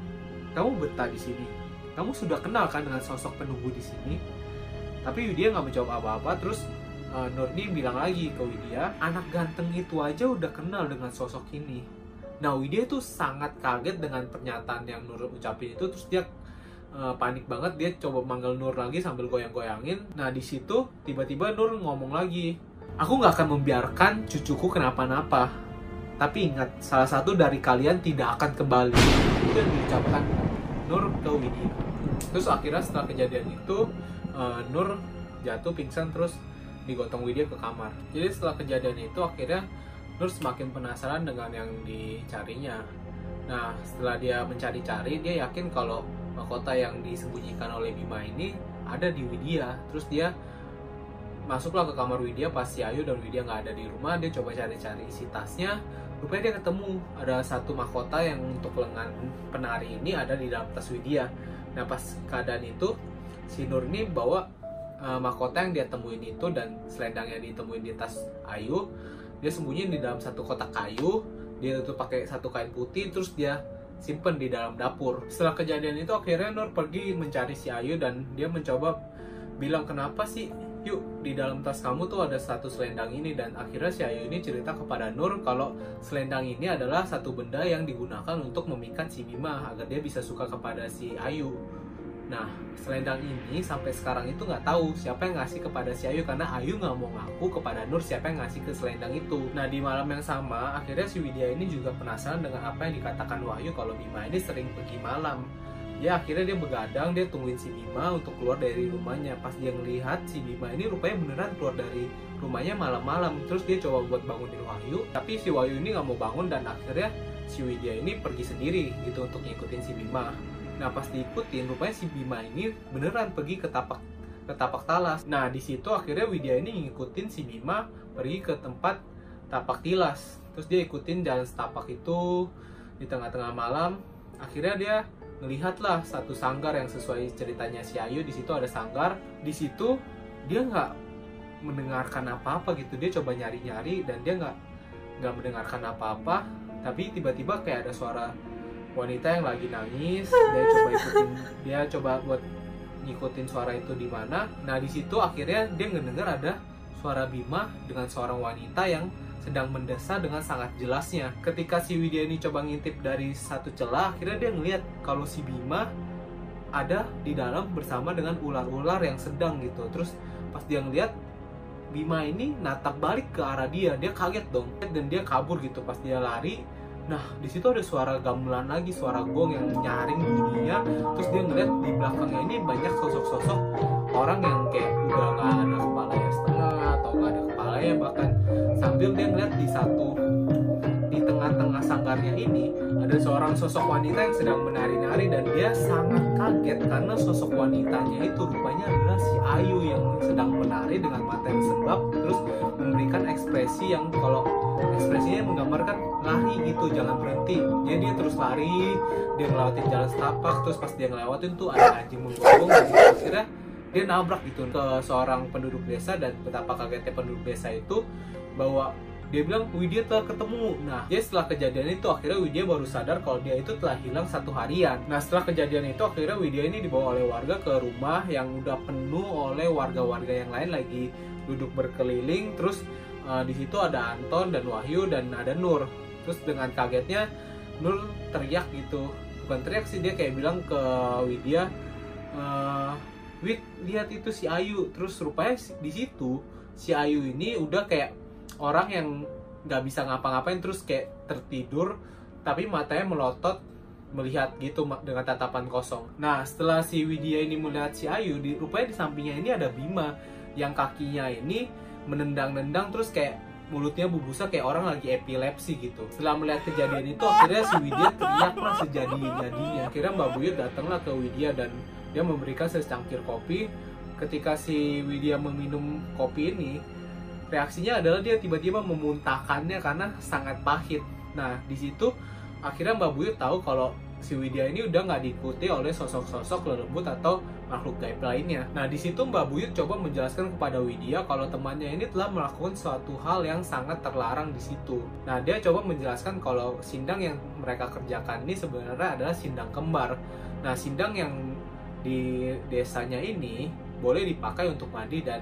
kamu betah di sini. Kamu sudah kenal kan dengan sosok penunggu di sini? Tapi Widya nggak menjawab apa-apa. Terus Nur ini bilang lagi ke Widya, anak ganteng itu aja udah kenal dengan sosok ini. Nah Widya itu sangat kaget dengan pernyataan yang Nur ucapin itu. Terus dia panik banget. Dia coba manggil Nur lagi sambil goyang-goyangin. Nah di situ tiba-tiba Nur ngomong lagi, aku nggak akan membiarkan cucuku kenapa-napa. Tapi ingat, salah satu dari kalian tidak akan kembali. Itu yang diucapkan Nur ke Widya. Terus akhirnya setelah kejadian itu Nur jatuh pingsan terus digotong Widya ke kamar. Jadi setelah kejadian itu akhirnya Nur semakin penasaran dengan yang dicarinya. Nah setelah dia mencari-cari, dia yakin kalau mahkota yang disembunyikan oleh Bima ini ada di Widya. Terus dia masuklah ke kamar Widya pas si Ayu dan Widya nggak ada di rumah. Dia coba cari-cari isi tasnya. Rupanya dia ketemu ada satu mahkota yang untuk lengan penari ini ada di dalam tas Widya. Nah pas keadaan itu si Nur ini bawa mahkota yang dia temuin itu dan selendang yang ditemuin di tas Ayu, dia sembunyiin di dalam satu kotak kayu. Dia itu pakai satu kain putih, terus dia simpen di dalam dapur. Setelah kejadian itu akhirnya Nur pergi mencari si Ayu dan dia mencoba bilang, kenapa sih, yuk di dalam tas kamu tuh ada satu selendang ini. Dan akhirnya si Ayu ini cerita kepada Nur kalau selendang ini adalah satu benda yang digunakan untuk memikat si Bima agar dia bisa suka kepada si Ayu. Nah selendang ini sampai sekarang itu nggak tahu siapa yang ngasih kepada si Ayu, karena Ayu nggak mau ngaku kepada Nur siapa yang ngasih ke selendang itu. Nah di malam yang sama akhirnya si Widya ini juga penasaran dengan apa yang dikatakan Wahyu kalau Bima ini sering pergi malam. Ya akhirnya dia begadang, dia tungguin si Bima untuk keluar dari rumahnya. Pas dia ngelihat si Bima ini rupanya beneran keluar dari rumahnya malam-malam. Terus dia coba buat bangunin Wahyu, tapi si Wahyu ini nggak mau bangun dan akhirnya si Widya ini pergi sendiri gitu untuk ngikutin si Bima. Nah pas diikutin rupanya si Bima ini beneran pergi ke tapak tilas. Nah di situ akhirnya Widya ini ngikutin si Bima pergi ke tempat tapak tilas. Terus dia ikutin jalan setapak itu di tengah-tengah malam. Akhirnya dia ngelihatlah satu sanggar yang sesuai ceritanya si Ayu. Di situ ada sanggar. Di situ dia nggak mendengarkan apa-apa gitu. Dia coba nyari-nyari dan dia nggak mendengarkan apa-apa. Tapi tiba-tiba kayak ada suara wanita yang lagi nangis. Dia coba buat ngikutin suara itu di mana. Nah di situ akhirnya dia ngedenger ada suara Bima dengan seorang wanita yang sedang mendesah dengan sangat jelasnya. Ketika si Widya ini coba ngintip dari satu celah, akhirnya dia ngeliat kalau si Bima ada di dalam bersama dengan ular-ular yang sedang gitu. Terus pas dia ngeliat Bima ini natap balik ke arah dia kaget dong dan dia kabur gitu. Pas dia lari, nah di situ ada suara gamelan lagi, suara gong yang nyaring bunyinya. Terus dia ngeliat di belakangnya ini banyak sosok-sosok orang yang kayak udah nggak ada kepalanya setengah atau nggak ada kepalanya bahkan. Sambil dia ngeliat di tengah-tengah sanggarnya ini ada seorang sosok wanita yang sedang menari-nari dan dia sangat kaget karena sosok wanitanya itu rupanya adalah si Ayu yang sedang menari dengan mata yang sembab, terus memberikan ekspresi yang kalau ekspresinya menggambarkan lari gitu, jangan berhenti. Jadi dia terus lari, dia ngelewatin jalan setapak, terus pas dia ngelewatin tuh ada anjing menggonggong dan akhirnya dia nabrak gitu ke seorang penduduk desa. Dan betapa kagetnya penduduk desa itu bahwa dia bilang Widya telah ketemu. Nah, jadi setelah kejadian itu akhirnya Widya baru sadar kalau dia itu telah hilang 1 harian. Nah, setelah kejadian itu akhirnya Widya ini dibawa oleh warga ke rumah yang udah penuh oleh warga-warga yang lain lagi duduk berkeliling. Terus di situ ada Anton dan Wahyu dan ada Nur. Terus dengan kagetnya Nur teriak gitu. Bukan teriak sih, dia kayak bilang ke Widya, Wid, lihat itu si Ayu. Terus rupanya di situ si Ayu ini udah kayak orang yang nggak bisa ngapa-ngapain, terus kayak tertidur tapi matanya melotot melihat gitu dengan tatapan kosong. Nah setelah si Widya ini melihat si Ayu, rupanya di sampingnya ini ada Bima yang kakinya ini menendang-nendang terus kayak mulutnya berbusa kayak orang lagi epilepsi gitu. Setelah melihat kejadian itu, akhirnya si Widya teriaklah sejadi-jadinya. Akhirnya Mbak Buyut datanglah ke Widya dan dia memberikan secangkir kopi. Ketika si Widya meminum kopi ini, reaksinya adalah dia tiba-tiba memuntahkannya karena sangat pahit. Nah, di situ akhirnya Mbak Buyut tahu kalau si Widya ini udah nggak diikuti oleh sosok-sosok lelembut atau makhluk gaib lainnya. Nah, di situ Mbak Buyut coba menjelaskan kepada Widya kalau temannya ini telah melakukan suatu hal yang sangat terlarang di situ. Nah, dia coba menjelaskan kalau sindang yang mereka kerjakan ini sebenarnya adalah sindang kembar. Nah, sindang yang di desanya ini boleh dipakai untuk mandi dan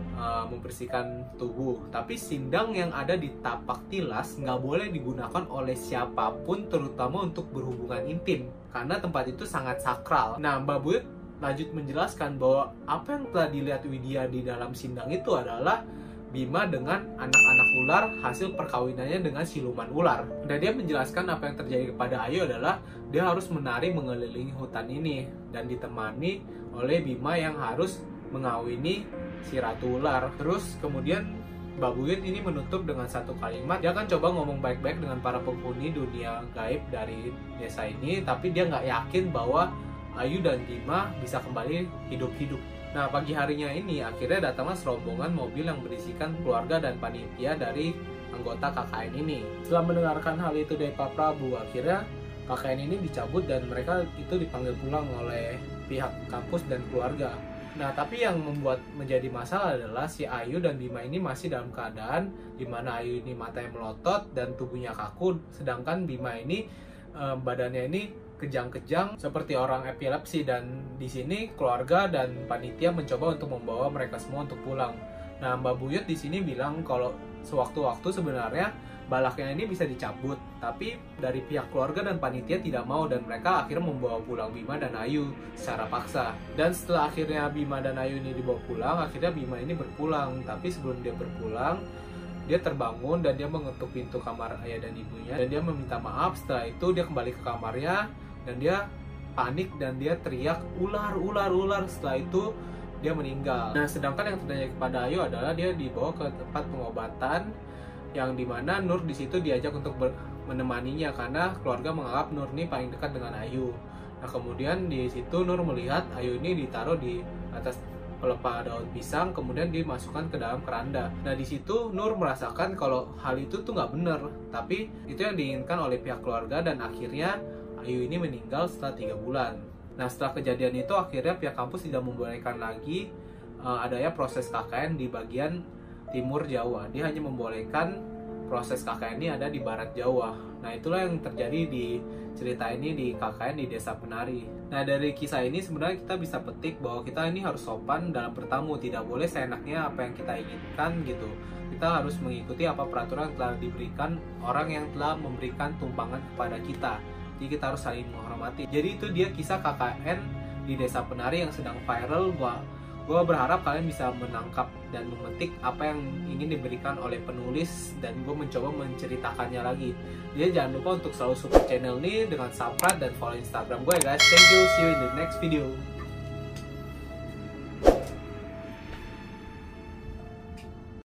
membersihkan tubuh, tapi sindang yang ada di tapak tilas nggak boleh digunakan oleh siapapun, terutama untuk berhubungan intim karena tempat itu sangat sakral. Nah, Mbak Buyut lanjut menjelaskan bahwa apa yang telah dilihat Widya di dalam sindang itu adalah Bima dengan anak-anak ular hasil perkawinannya dengan siluman ular. Dan dia menjelaskan apa yang terjadi kepada Ayu adalah dia harus menari mengelilingi hutan ini dan ditemani oleh Bima yang harus mengawini si ratu ular. Terus kemudian Mbak Buyut ini menutup dengan satu kalimat. Dia kan coba ngomong baik-baik dengan para penghuni dunia gaib dari desa ini, tapi dia nggak yakin bahwa Ayu dan Bima bisa kembali hidup-hidup. Nah, pagi harinya ini akhirnya datanglah serombongan mobil yang berisikan keluarga dan panitia dari anggota KKN ini. Setelah mendengarkan hal itu dari Pak Prabu, akhirnya KKN ini dicabut dan mereka itu dipanggil pulang oleh pihak kampus dan keluarga. Nah, tapi yang membuat menjadi masalah adalah si Ayu dan Bima ini masih dalam keadaan di mana Ayu ini matanya melotot dan tubuhnya kaku, sedangkan Bima ini badannya ini kejang-kejang seperti orang epilepsi. Dan di sini keluarga dan panitia mencoba untuk membawa mereka semua untuk pulang. Nah, Mbak Buyut di sini bilang kalau sewaktu-waktu sebenarnya balaknya ini bisa dicabut, tapi dari pihak keluarga dan panitia tidak mau dan mereka akhirnya membawa pulang Bima dan Ayu secara paksa. Dan setelah akhirnya Bima dan Ayu ini dibawa pulang, akhirnya Bima ini berpulang. Tapi sebelum dia berpulang, dia terbangun dan dia mengetuk pintu kamar ayah dan ibunya dan dia meminta maaf. Setelah itu dia kembali ke kamarnya dan dia panik dan dia teriak ular, ular, ular. Setelah itu dia meninggal. Nah, sedangkan yang terjadi kepada Ayu adalah dia dibawa ke tempat pengobatan yang dimana Nur di situ diajak untuk menemaninya karena keluarga menganggap Nur ini paling dekat dengan Ayu. Nah, kemudian di situ Nur melihat Ayu ini ditaruh di atas pelepah daun pisang, kemudian dimasukkan ke dalam keranda. Nah, di situ Nur merasakan kalau hal itu tuh nggak benar, tapi itu yang diinginkan oleh pihak keluarga dan akhirnya Ayu ini meninggal setelah 3 bulan. Nah, setelah kejadian itu akhirnya pihak kampus tidak membolehkan lagi adanya proses KKN di bagian timur Jawa. Dia hanya membolehkan proses KKN ini ada di barat Jawa. Nah, itulah yang terjadi di cerita ini di KKN di Desa Penari. Nah, dari kisah ini sebenarnya kita bisa petik bahwa kita ini harus sopan dalam bertamu, tidak boleh seenaknya apa yang kita inginkan gitu. Kita harus mengikuti apa peraturan yang telah diberikan orang yang telah memberikan tumpangan kepada kita. Jadi kita harus saling menghormati. Jadi itu dia kisah KKN di Desa Penari yang sedang viral. Gue berharap kalian bisa menangkap dan memetik apa yang ingin diberikan oleh penulis dan gue mencoba menceritakannya lagi. Jadi jangan lupa untuk selalu support channel ini dengan subscribe dan follow Instagram gue ya guys. Thank you, see you in the next video.